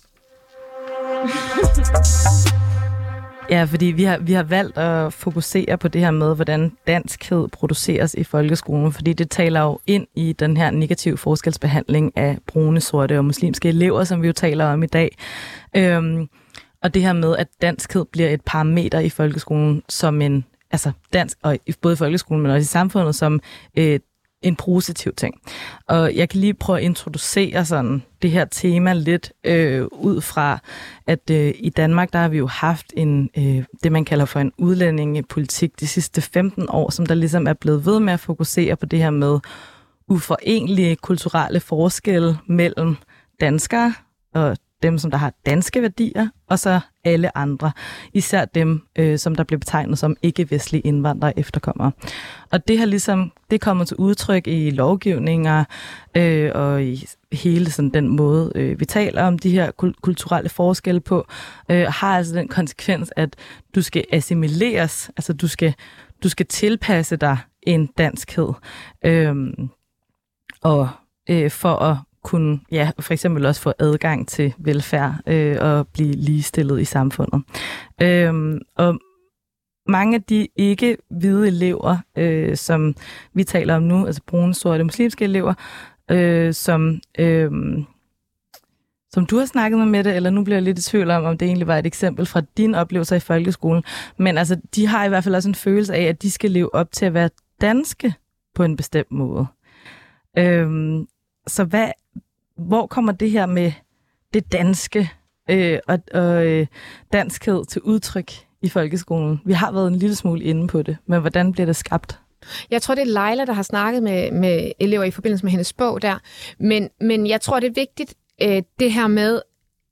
Ja, fordi vi har valgt at fokusere på det her med, hvordan danskhed produceres i folkeskolen, fordi det taler jo ind i den her negative forskelsbehandling af brune, sorte og muslimske elever, som vi jo taler om i dag. Og det her med, at danskhed bliver et parameter i folkeskolen som en, altså dansk, og både i folkeskolen, men også i samfundet, som en positiv ting. Og jeg kan lige prøve at introducere sådan det her tema lidt ud fra, at i Danmark, der har vi jo haft det, man kalder for en udlændingepolitik de sidste 15 år, som der ligesom er blevet ved med at fokusere på det her med uforenlige kulturelle forskelle mellem danskere og dem, som der har danske værdier, og så alle andre. Især dem, som der bliver betegnet som ikke-vestlige indvandrere efterkommere. Og det har ligesom, det kommer til udtryk i lovgivninger og i hele sådan den måde, vi taler om de her kulturelle forskelle på, har altså den konsekvens, at du skal assimileres, altså du skal tilpasse dig en danskhed, og for at kunne for eksempel også få adgang til velfærd og blive ligestillet i samfundet. Og mange af de ikke-hvide elever, som vi taler om nu, altså brune, sorte, muslimske elever, som du har snakket med Mette, eller nu bliver jeg lidt i tvivl om det egentlig var et eksempel fra dine oplevelser i folkeskolen, men altså, de har i hvert fald også en følelse af, at de skal leve op til at være danske på en bestemt måde. Så hvor kommer det her med det danske og danskhed til udtryk i folkeskolen? Vi har været en lille smule inde på det, men hvordan bliver det skabt? Jeg tror, det er Leila, der har snakket med elever i forbindelse med hendes bog der. Men jeg tror, det er vigtigt, det her med,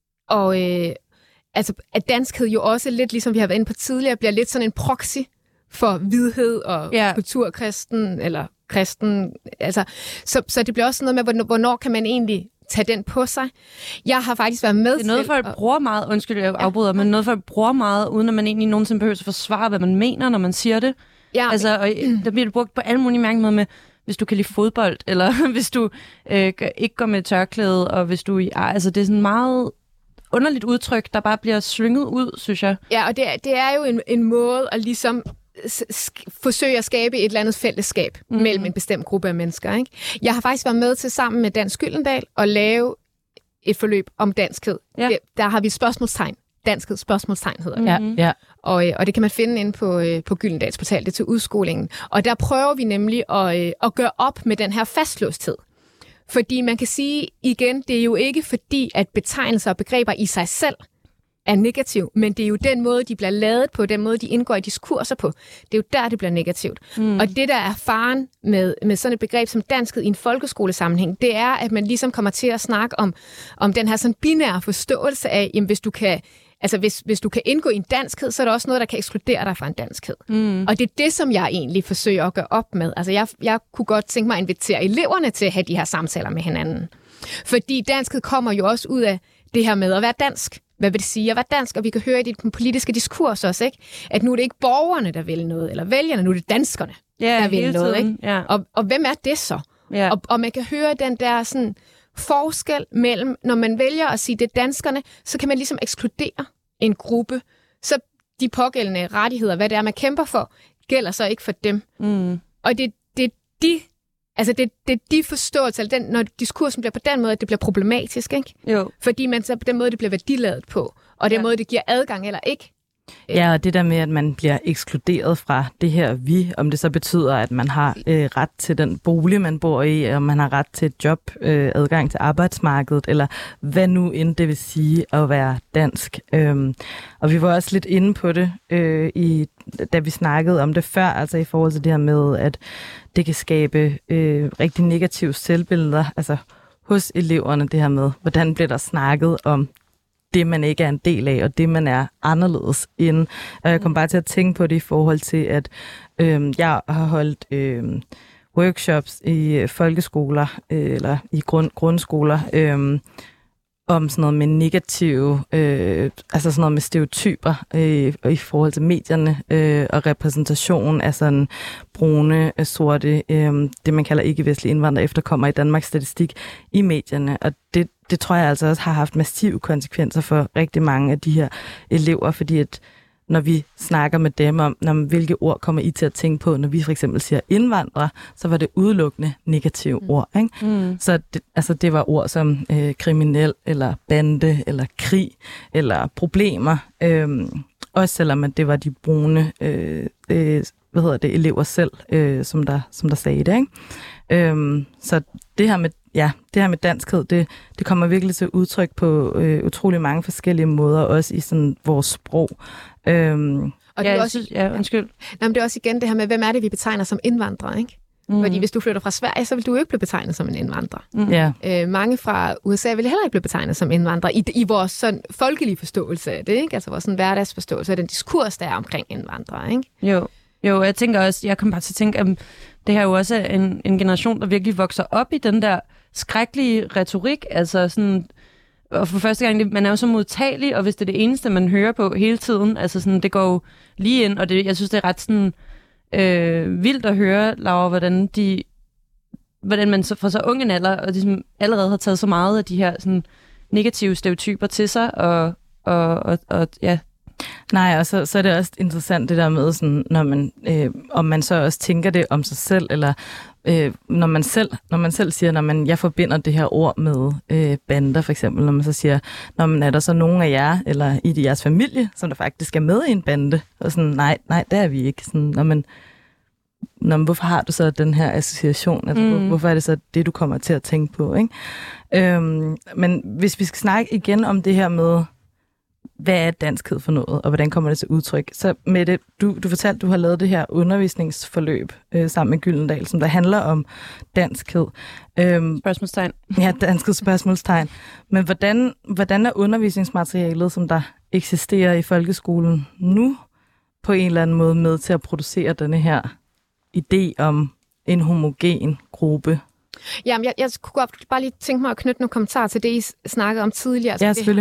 at danskhed jo også lidt, ligesom vi har været inde på tidligere, bliver lidt sådan en proxy for hvidhed og kulturkristen, eller kristen. Altså, så det bliver også noget med, hvornår kan man egentlig tage den på sig. Jeg har faktisk været med til... Det er noget, folk bruger meget, undskyld, jeg afbryder, men noget, folk bruger meget, uden at man egentlig nogensinde behøver at forsvare, hvad man mener, når man siger det. Ja. Altså, og der bliver det brugt på alle mulige mærker med, hvis du kan lide fodbold, eller hvis du ikke går med tørklæde, og hvis du... Altså, det er sådan meget underligt udtryk, der bare bliver slynget ud, synes jeg. Ja, og det er jo en måde at ligesom forsøge at skabe et eller andet fællesskab mellem en bestemt gruppe af mennesker. Ikke? Jeg har faktisk været med til sammen med Dansk Gyldendal at lave et forløb om danskhed. Ja. Der har vi et spørgsmålstegn. Danskhed spørgsmålstegn hedder det. Ja. Og det kan man finde inde på Gyldendals portal, det er til udskolingen. Og der prøver vi nemlig at gøre op med den her fastlåsthed. Fordi man kan sige igen, det er jo ikke fordi, at betegnelser og begreber i sig selv er negativ, men det er jo den måde, de bliver lavet på, den måde, de indgår i diskurser på. Det er jo der, det bliver negativt. Og det, der er faren med sådan et begreb som danskhed i en folkeskolesammenhæng, det er, at man ligesom kommer til at snakke om den her sådan binære forståelse af, jamen, hvis du kan indgå i en danskhed, så er der også noget, der kan ekskludere dig fra en danskhed. Og det er det, som jeg egentlig forsøger at gøre op med. Altså, jeg kunne godt tænke mig at invitere eleverne til at have de her samtaler med hinanden. Fordi danskhed kommer jo også ud af det her med at være dansk. Hvad vil det sige at være dansk? Og vi kan høre i den politiske diskurs også, ikke? At nu er det ikke borgerne, der vil noget, eller vælgerne, nu er det danskerne, der vil noget. Ikke? Ja. Og hvem er det så? Ja. Og man kan høre den der sådan forskel mellem, når man vælger at sige, det er danskerne, så kan man ligesom ekskludere en gruppe. Så de pågældende rettigheder, hvad det er, man kæmper for, gælder så ikke for dem. Og det er de forståelser, eller når diskursen bliver på den måde, at det bliver problematisk, ikke? Jo. Fordi man så på den måde, det bliver værdiladet på, og den måde, det giver adgang eller ikke. Ja, og det der med, at man bliver ekskluderet fra det her vi, om det så betyder, at man har ret til den bolig, man bor i, om man har ret til et job, adgang til arbejdsmarkedet, eller hvad nu end det vil sige at være dansk. Og vi var også lidt inde på det, da vi snakkede om det før, altså i forhold til det her med, at det kan skabe rigtig negative selvbilleder, altså hos eleverne, det her med, hvordan bliver der snakket om det, man ikke er en del af, og det, man er anderledes end. Og jeg kom bare til at tænke på det i forhold til, at jeg har holdt workshops i folkeskoler, eller i grundskoler, om sådan noget med negative, altså sådan noget med stereotyper i forhold til medierne og repræsentation af sådan brune, sorte, det man kalder ikke-vestlige indvandrere efterkommer i Danmarks statistik i medierne. Og det tror jeg altså også har haft massive konsekvenser for rigtig mange af de her elever, fordi at når vi snakker med dem om, hvilke ord kommer I til at tænke på, når vi for eksempel siger indvandrere, så var det udelukkende negative ord. Ikke? Så det var ord som kriminel, eller bande, eller krig, eller problemer. Også selvom det var de brune elever selv, som der sagde det. Ikke? Så det her med danskhed, det kommer virkelig til udtryk på utrolig mange forskellige måder, også i sådan vores sprog. Og det er også, undskyld. Men det er også igen det her med, hvem er det, vi betegner som indvandrere, ikke? Fordi hvis du flytter fra Sverige, så vil du jo ikke blive betegnet som en indvandrer. Mange fra USA vil heller ikke blive betegnet som indvandrere i vores sådan folkelige forståelse af det, ikke? Altså vores sådan hverdagsforståelse af den diskurs, der er omkring indvandrere, ikke? Jo, jeg tænker også, jeg kommer bare til at tænke, at det her er jo også en generation, der virkelig vokser op i den der skrækkelige retorik, altså sådan, og for første gang, man er jo så modtagelig, og hvis det er det eneste, man hører på hele tiden, altså sådan, det går jo lige ind, og jeg synes, det er ret sådan vildt at høre, Laura, hvordan man fra så ung en alder, og ligesom allerede har taget så meget af de her sådan negative stereotyper til sig, og ja. Nej, og så er det også interessant det der med, sådan, når man, om man så også tænker det om sig selv, eller når man selv siger, jeg forbinder det her ord med bander for eksempel, når man så siger, er der så nogen af jer, eller i jeres familie, som der faktisk er med i en bande, og sådan, nej, det er vi ikke. Sådan, hvorfor har du så den her association? Altså, hvorfor er det så det, du kommer til at tænke på? Ikke? Men hvis vi skal snakke igen om det her med, hvad er danskhed for noget, og hvordan kommer det til udtryk? Så Mette, du fortalte, du har lavet det her undervisningsforløb sammen med Gyldendal, som der handler om danskhed. Spørgsmålstegn. Ja, danskhed spørgsmålstegn. Men hvordan er undervisningsmaterialet, som der eksisterer i folkeskolen nu, på en eller anden måde med til at producere denne her idé om en homogen gruppe. Jamen, jeg kunne godt bare lige tænke mig at knytte nogle kommentarer til det, I snakkede om tidligere. Altså ja, det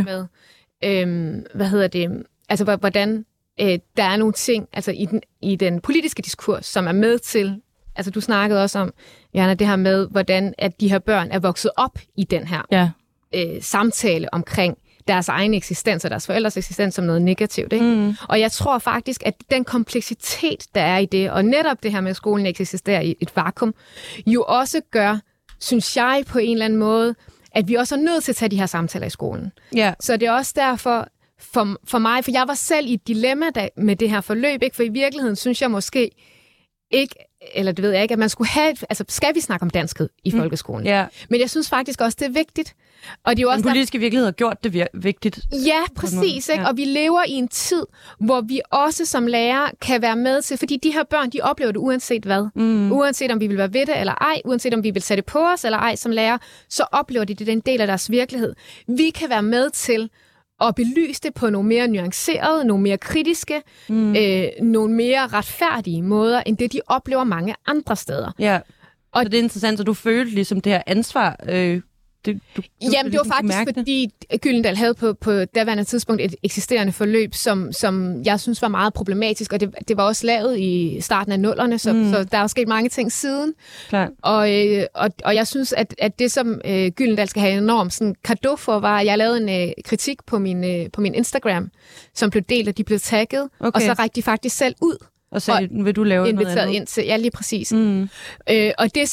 her med, altså hvordan der er nogle ting altså i den politiske diskurs, som er med til, altså du snakkede også om, Jana, det her med, hvordan at de her børn er vokset op i den her samtale omkring deres egen eksistens og deres forældres eksistens som noget negativt. Ikke? Og jeg tror faktisk, at den kompleksitet, der er i det, og netop det her med, at skolen ikke eksisterer i et vakuum, jo også gør, synes jeg på en eller anden måde, at vi også er nødt til at tage de her samtaler i skolen. Yeah. Så det er også derfor, for mig, for jeg var selv i et dilemma med det her forløb, ikke? For i virkeligheden synes jeg måske ikke, eller det ved jeg ikke, at man skulle have, altså skal vi snakke om danskhed i folkeskolen? Yeah. Men jeg synes faktisk også, det er vigtigt. Og det er jo også den politiske virkelighed har gjort det vigtigt. Ja, præcis. Ikke? Ja. Og vi lever i en tid, hvor vi også som lærere kan være med til, fordi de her børn, de oplever det uanset hvad. Uanset om vi vil være ved det eller ej, uanset om vi vil sætte på os eller ej som lærer, så oplever de det, den del af deres virkelighed. Vi kan være med til at belyse det på nogle mere nuancerede, nogle mere kritiske, nogle mere retfærdige måder, end det, de oplever mange andre steder. Ja, og så det er interessant, så du følte ligesom det her ansvar. Jamen, det var faktisk, fordi Gyldendal havde på daværende tidspunkt et eksisterende forløb, som jeg synes var meget problematisk, og det var også lavet i starten af 00'erne, så der er jo sket mange ting siden. Klar. Og jeg synes, at det, som Gyldendal skal have enormt sådan cadeau for, var, at jeg lavede en kritik på min Instagram, som blev delt, og de blev tagget, og så rækte de faktisk selv ud. Og så vil du lave noget andet? Ind til, ja, lige præcis. Og det,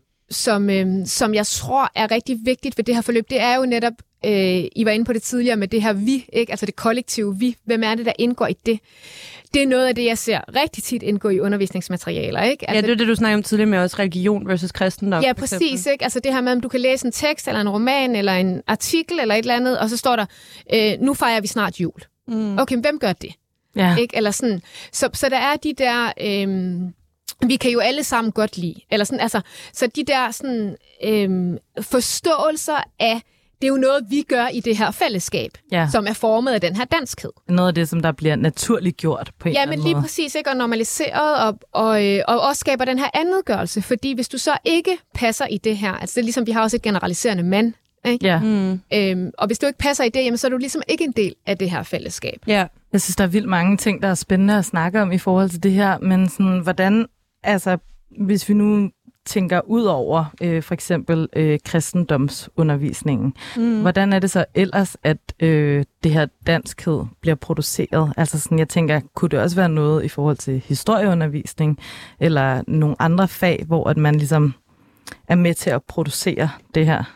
som jeg tror er rigtig vigtigt ved det her forløb, det er jo netop, I var inde på det tidligere med det her vi, ikke? Altså det kollektive vi. Hvem er det, der indgår i det? Det er noget af det, jeg ser rigtig tit indgå i undervisningsmaterialer, ikke? Altså, ja, det er det, du snakker om tidligere med også religion versus kristendom. Ja, præcis, ikke? Altså det her med, om du kan læse en tekst, eller en roman, eller en artikel, eller et eller andet, og så står der, nu fejrer vi snart jul. Okay, hvem gør det? Ja. Ikke? Eller sådan. Så der er de der... vi kan jo alle sammen godt lide. Eller sådan, altså, så de der sådan, forståelser af, det er jo noget, vi gør i det her fællesskab, som er formet af den her danskhed. Noget af det, som der bliver naturligt gjort på en eller anden måde. Ja, men lige præcis, ikke? Og normaliseret, og også skaber den her andetgørelse. Fordi hvis du så ikke passer i det her, altså det er ligesom, vi har også et generaliserende mand, ikke? Ja. Og hvis du ikke passer i det, jamen, så er du ligesom ikke en del af det her fællesskab. Ja. Jeg synes, der er vildt mange ting, der er spændende at snakke om i forhold til det her, men sådan, hvordan, altså, hvis vi nu tænker ud over for eksempel kristendomsundervisningen, hvordan er det så ellers, at det her danskhed bliver produceret? Altså sådan, jeg tænker, kunne det også være noget i forhold til historieundervisning, eller nogle andre fag, hvor at man ligesom er med til at producere det her?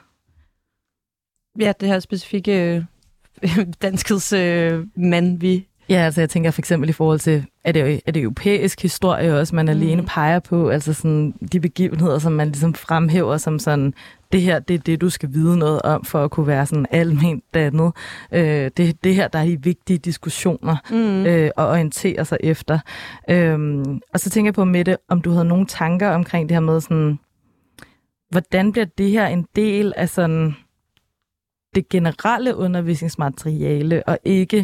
Ja, det her specifikke danskhedsmand, Ja, altså jeg tænker for eksempel i forhold til, er det europæisk historie også, man alene peger på, altså sådan de begivenheder, som man ligesom fremhæver som sådan, det her, det er det, du skal vide noget om, for at kunne være sådan alment dannet. Det her, der er de vigtige diskussioner at orientere sig efter. Og så tænker jeg på, Mette, om du havde nogle tanker omkring det her med sådan, hvordan bliver det her en del af sådan det generelle undervisningsmateriale, og ikke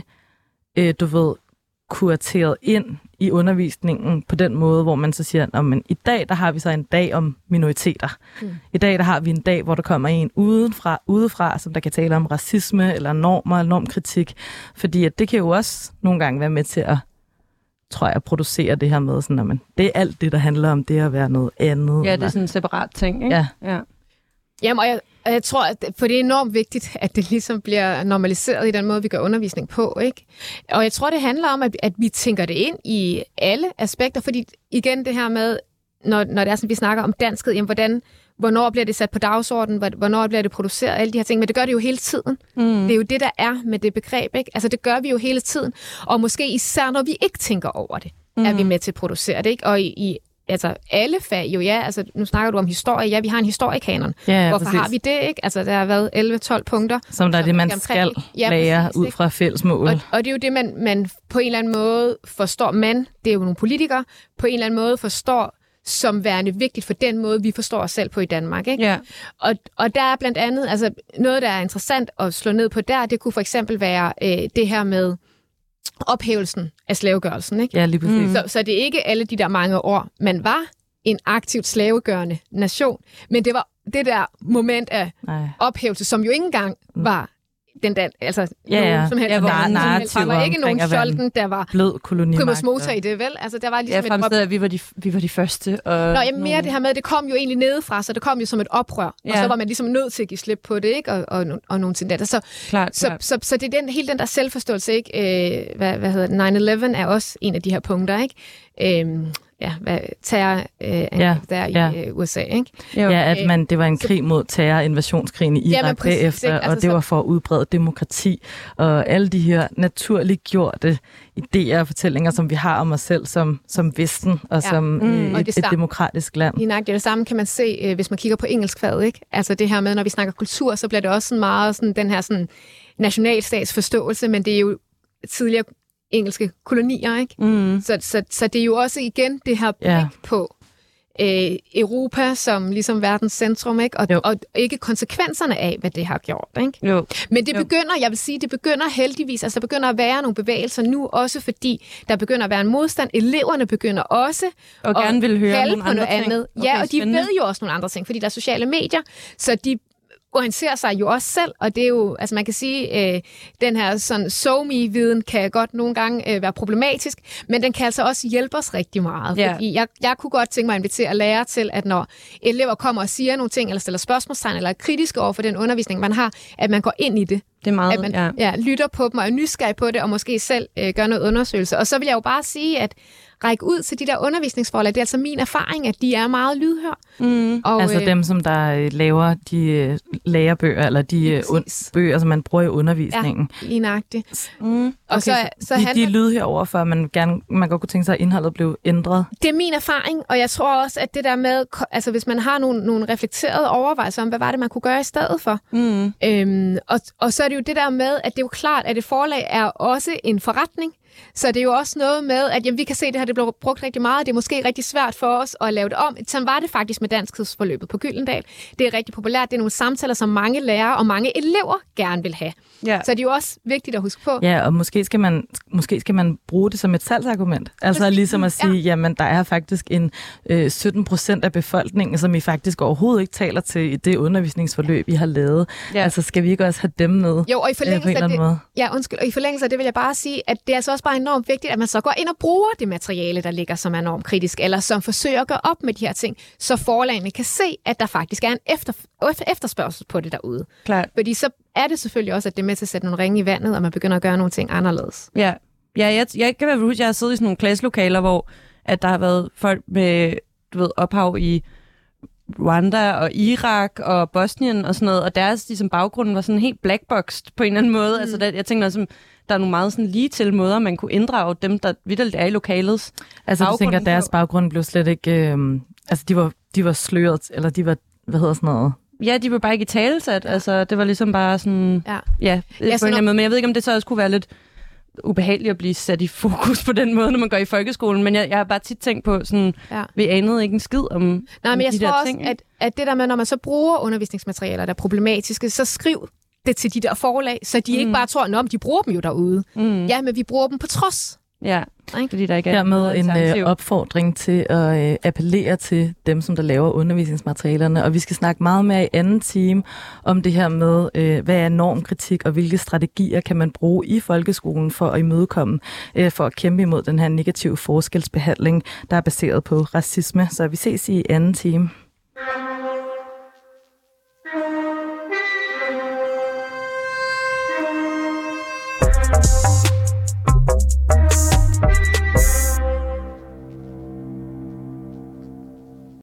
kurateret ind i undervisningen på den måde, hvor man så siger, men i dag, der har vi så en dag om minoriteter. I dag, der har vi en dag, hvor der kommer en udefra, som der kan tale om racisme, eller normer, eller normkritik. Fordi at det kan jo også nogle gange være med til at, tror jeg, producere det her med, sådan, at det er alt det, der handler om det at være noget andet. Ja, det er sådan en separat ting, ikke? Ja. Jamen, og jeg tror, for det er enormt vigtigt, at det ligesom bliver normaliseret i den måde, vi gør undervisning på, ikke? Og jeg tror, det handler om, at vi tænker det ind i alle aspekter, fordi igen det her med, når det er sådan, vi snakker om danskhed, jamen hvornår bliver det sat på dagsordenen, hvornår bliver det produceret, alle de her ting, men det gør det jo hele tiden. Det er jo det, der er med det begreb, ikke? Altså det gør vi jo hele tiden, og måske især, når vi ikke tænker over det, er vi med til at producere det, ikke? Og altså alle fag jo, ja, altså nu snakker du om historie, ja, vi har en historiekanon. Ja, hvorfor præcis. har vi det, ikke? Altså der har været 11-12 punkter. Som der er det, man skal lære ud fra fællesmål. Og det er jo det, man på en eller anden måde forstår, det er jo nogle politikere, på en eller anden måde forstår som værende vigtigt for den måde, vi forstår os selv på i Danmark, ikke? Ja. Og der er blandt andet, altså noget, der er interessant at slå ned på der, det kunne for eksempel være det her med ophævelsen af slavegørelsen, ikke? Ja, lige præcis. Så det er ikke alle de der mange år, man var en aktivt slavegørende nation. Men det var det der moment af ophævelse, som jo ikke engang var den der, altså nogen som helst. Der var ikke nogen Scholten, der var blød kolonimagt. Primus motor i det, vel? Altså, der var ligesom fremsted, at vi var de første. Mere det her med, det kom jo egentlig nedefra, så det kom jo som et oprør. Og så var man ligesom nødt til at give slip på det, ikke? Og nogle tendenser. Så det er hele den der selvforståelse, ikke? Hvad hedder det? 9/11 er også en af de her punkter, ikke? Terror i USA, ikke? At det var en krig mod terror, invasionskrigen i Irak bagefter, og det var for at udbrede demokrati, og alle de her naturligt gjorte idéer og fortællinger, som vi har om os selv som Vesten, og som et demokratisk land. Det samme kan man se, hvis man kigger på engelskfaget, ikke? Altså det her med, når vi snakker kultur, så bliver det også sådan meget sådan, den her sådan, nationalstatsforståelse, men det er jo tidligere engelske kolonier, ikke? Så det er jo også igen det her blik på Europa som ligesom verdens centrum, ikke? Og ikke konsekvenserne af, hvad det har gjort, ikke? Jo. Men det begynder, jeg vil sige, det begynder heldigvis, altså der begynder at være nogle bevægelser nu, også fordi der begynder at være en modstand. Eleverne begynder også og gerne vil høre nogle andre ting. Andet. Okay, og de ved jo også nogle andre ting, fordi der er sociale medier, så de orienterer sig jo også selv, og det er jo, altså man kan sige, den her sådan SoMe-viden kan godt nogle gange være problematisk, men den kan altså også hjælpe os rigtig meget, fordi jeg kunne godt tænke mig at invitere lærere til, at når elever kommer og siger nogle ting, eller stiller spørgsmålstegn, eller er kritiske over for den undervisning, man har, at man går ind i det. Det er meget, at man lytter på dem og er nysgerrig på det, og måske selv gør noget undersøgelse. Og så vil jeg jo bare sige, at række ud til de der undervisningsforhold. Det er altså min erfaring, at de er meget lydhør. Og, altså dem, som der laver de lærebøger, eller de bøger, som man bruger i undervisningen. Ja, lige nøjagtigt. Og så de er lydhør over for, at man godt kunne tænke sig, at indholdet blev ændret. Det er min erfaring, og jeg tror også, at det der med, altså hvis man har nogle reflekterede overvejelser om, hvad var det, man kunne gøre i stedet for. Og så er det jo det der med, at det er jo klart, at et forlag er også en forretning. Så det er jo også noget med, at vi kan se, at det her det bliver brugt rigtig meget. Det er måske rigtig svært for os at lave det om. Sådan var det faktisk med danskhedsforløbet på Gyldendal. Det er rigtig populært. Det er nogle samtaler, som mange lærere og mange elever gerne vil have. Ja. Så det er jo også vigtigt at huske på. Ja, og måske skal man bruge det som et salgsargument. Altså ligesom at sige, jamen der er faktisk en 17% af befolkningen, som I faktisk overhovedet ikke taler til i det undervisningsforløb, I har lavet. Ja. Altså skal vi ikke også have dem med? Jo, og i forlængelse af det, og i forlængelse af det vil jeg bare sige, at det er altså også bare enormt vigtigt, at man så går ind og bruger det materiale, der ligger, som er enormt kritisk, eller som forsøger at gøre op med de her ting, så forlagene kan se, at der faktisk er en efterspørgsel på det derude. Klart. Fordi så er det selvfølgelig også, at det er med til at sætte nogle ringe i vandet, og man begynder at gøre nogle ting anderledes. Ja, jeg kan være jeg har siddet i sådan nogle klasselokaler, hvor at der har været folk med ophav i Rwanda og Irak og Bosnien og sådan noget, og deres ligesom, baggrund var sådan helt blackboxed på en eller anden måde. Altså, jeg tænker også, der er nogle meget sådan lige til måder, man kunne inddrage dem, der vitterligt er i lokalets altså, du tænker, at deres baggrund blev slet ikke... altså, de var sløret, eller de var... Hvad hedder sådan noget? Ja, de var bare ikke i talesat. Altså, det var ligesom bare sådan... Ja på en eller anden måde. Men jeg ved ikke, om det så også kunne være lidt ubehageligt at blive sat i fokus på den måde, når man går i folkeskolen. Men jeg har bare tit tænkt på, sådan, vi anede ikke en skid om men jeg de tror der også, ting. at det der med, når man så bruger undervisningsmaterialer, der er problematiske, så skriv det til de der forlag, så de ikke bare tror, at de bruger dem jo derude. Ja, men vi bruger dem på trods. Ja, fordi der ikke er dermed en opfordring til at appellere til dem, som der laver undervisningsmaterialerne. Og vi skal snakke meget mere i anden time om det her med, hvad er normkritik, og hvilke strategier kan man bruge i folkeskolen for at imødekomme, for at kæmpe imod den her negative forskelsbehandling, der er baseret på racisme. Så vi ses i anden time.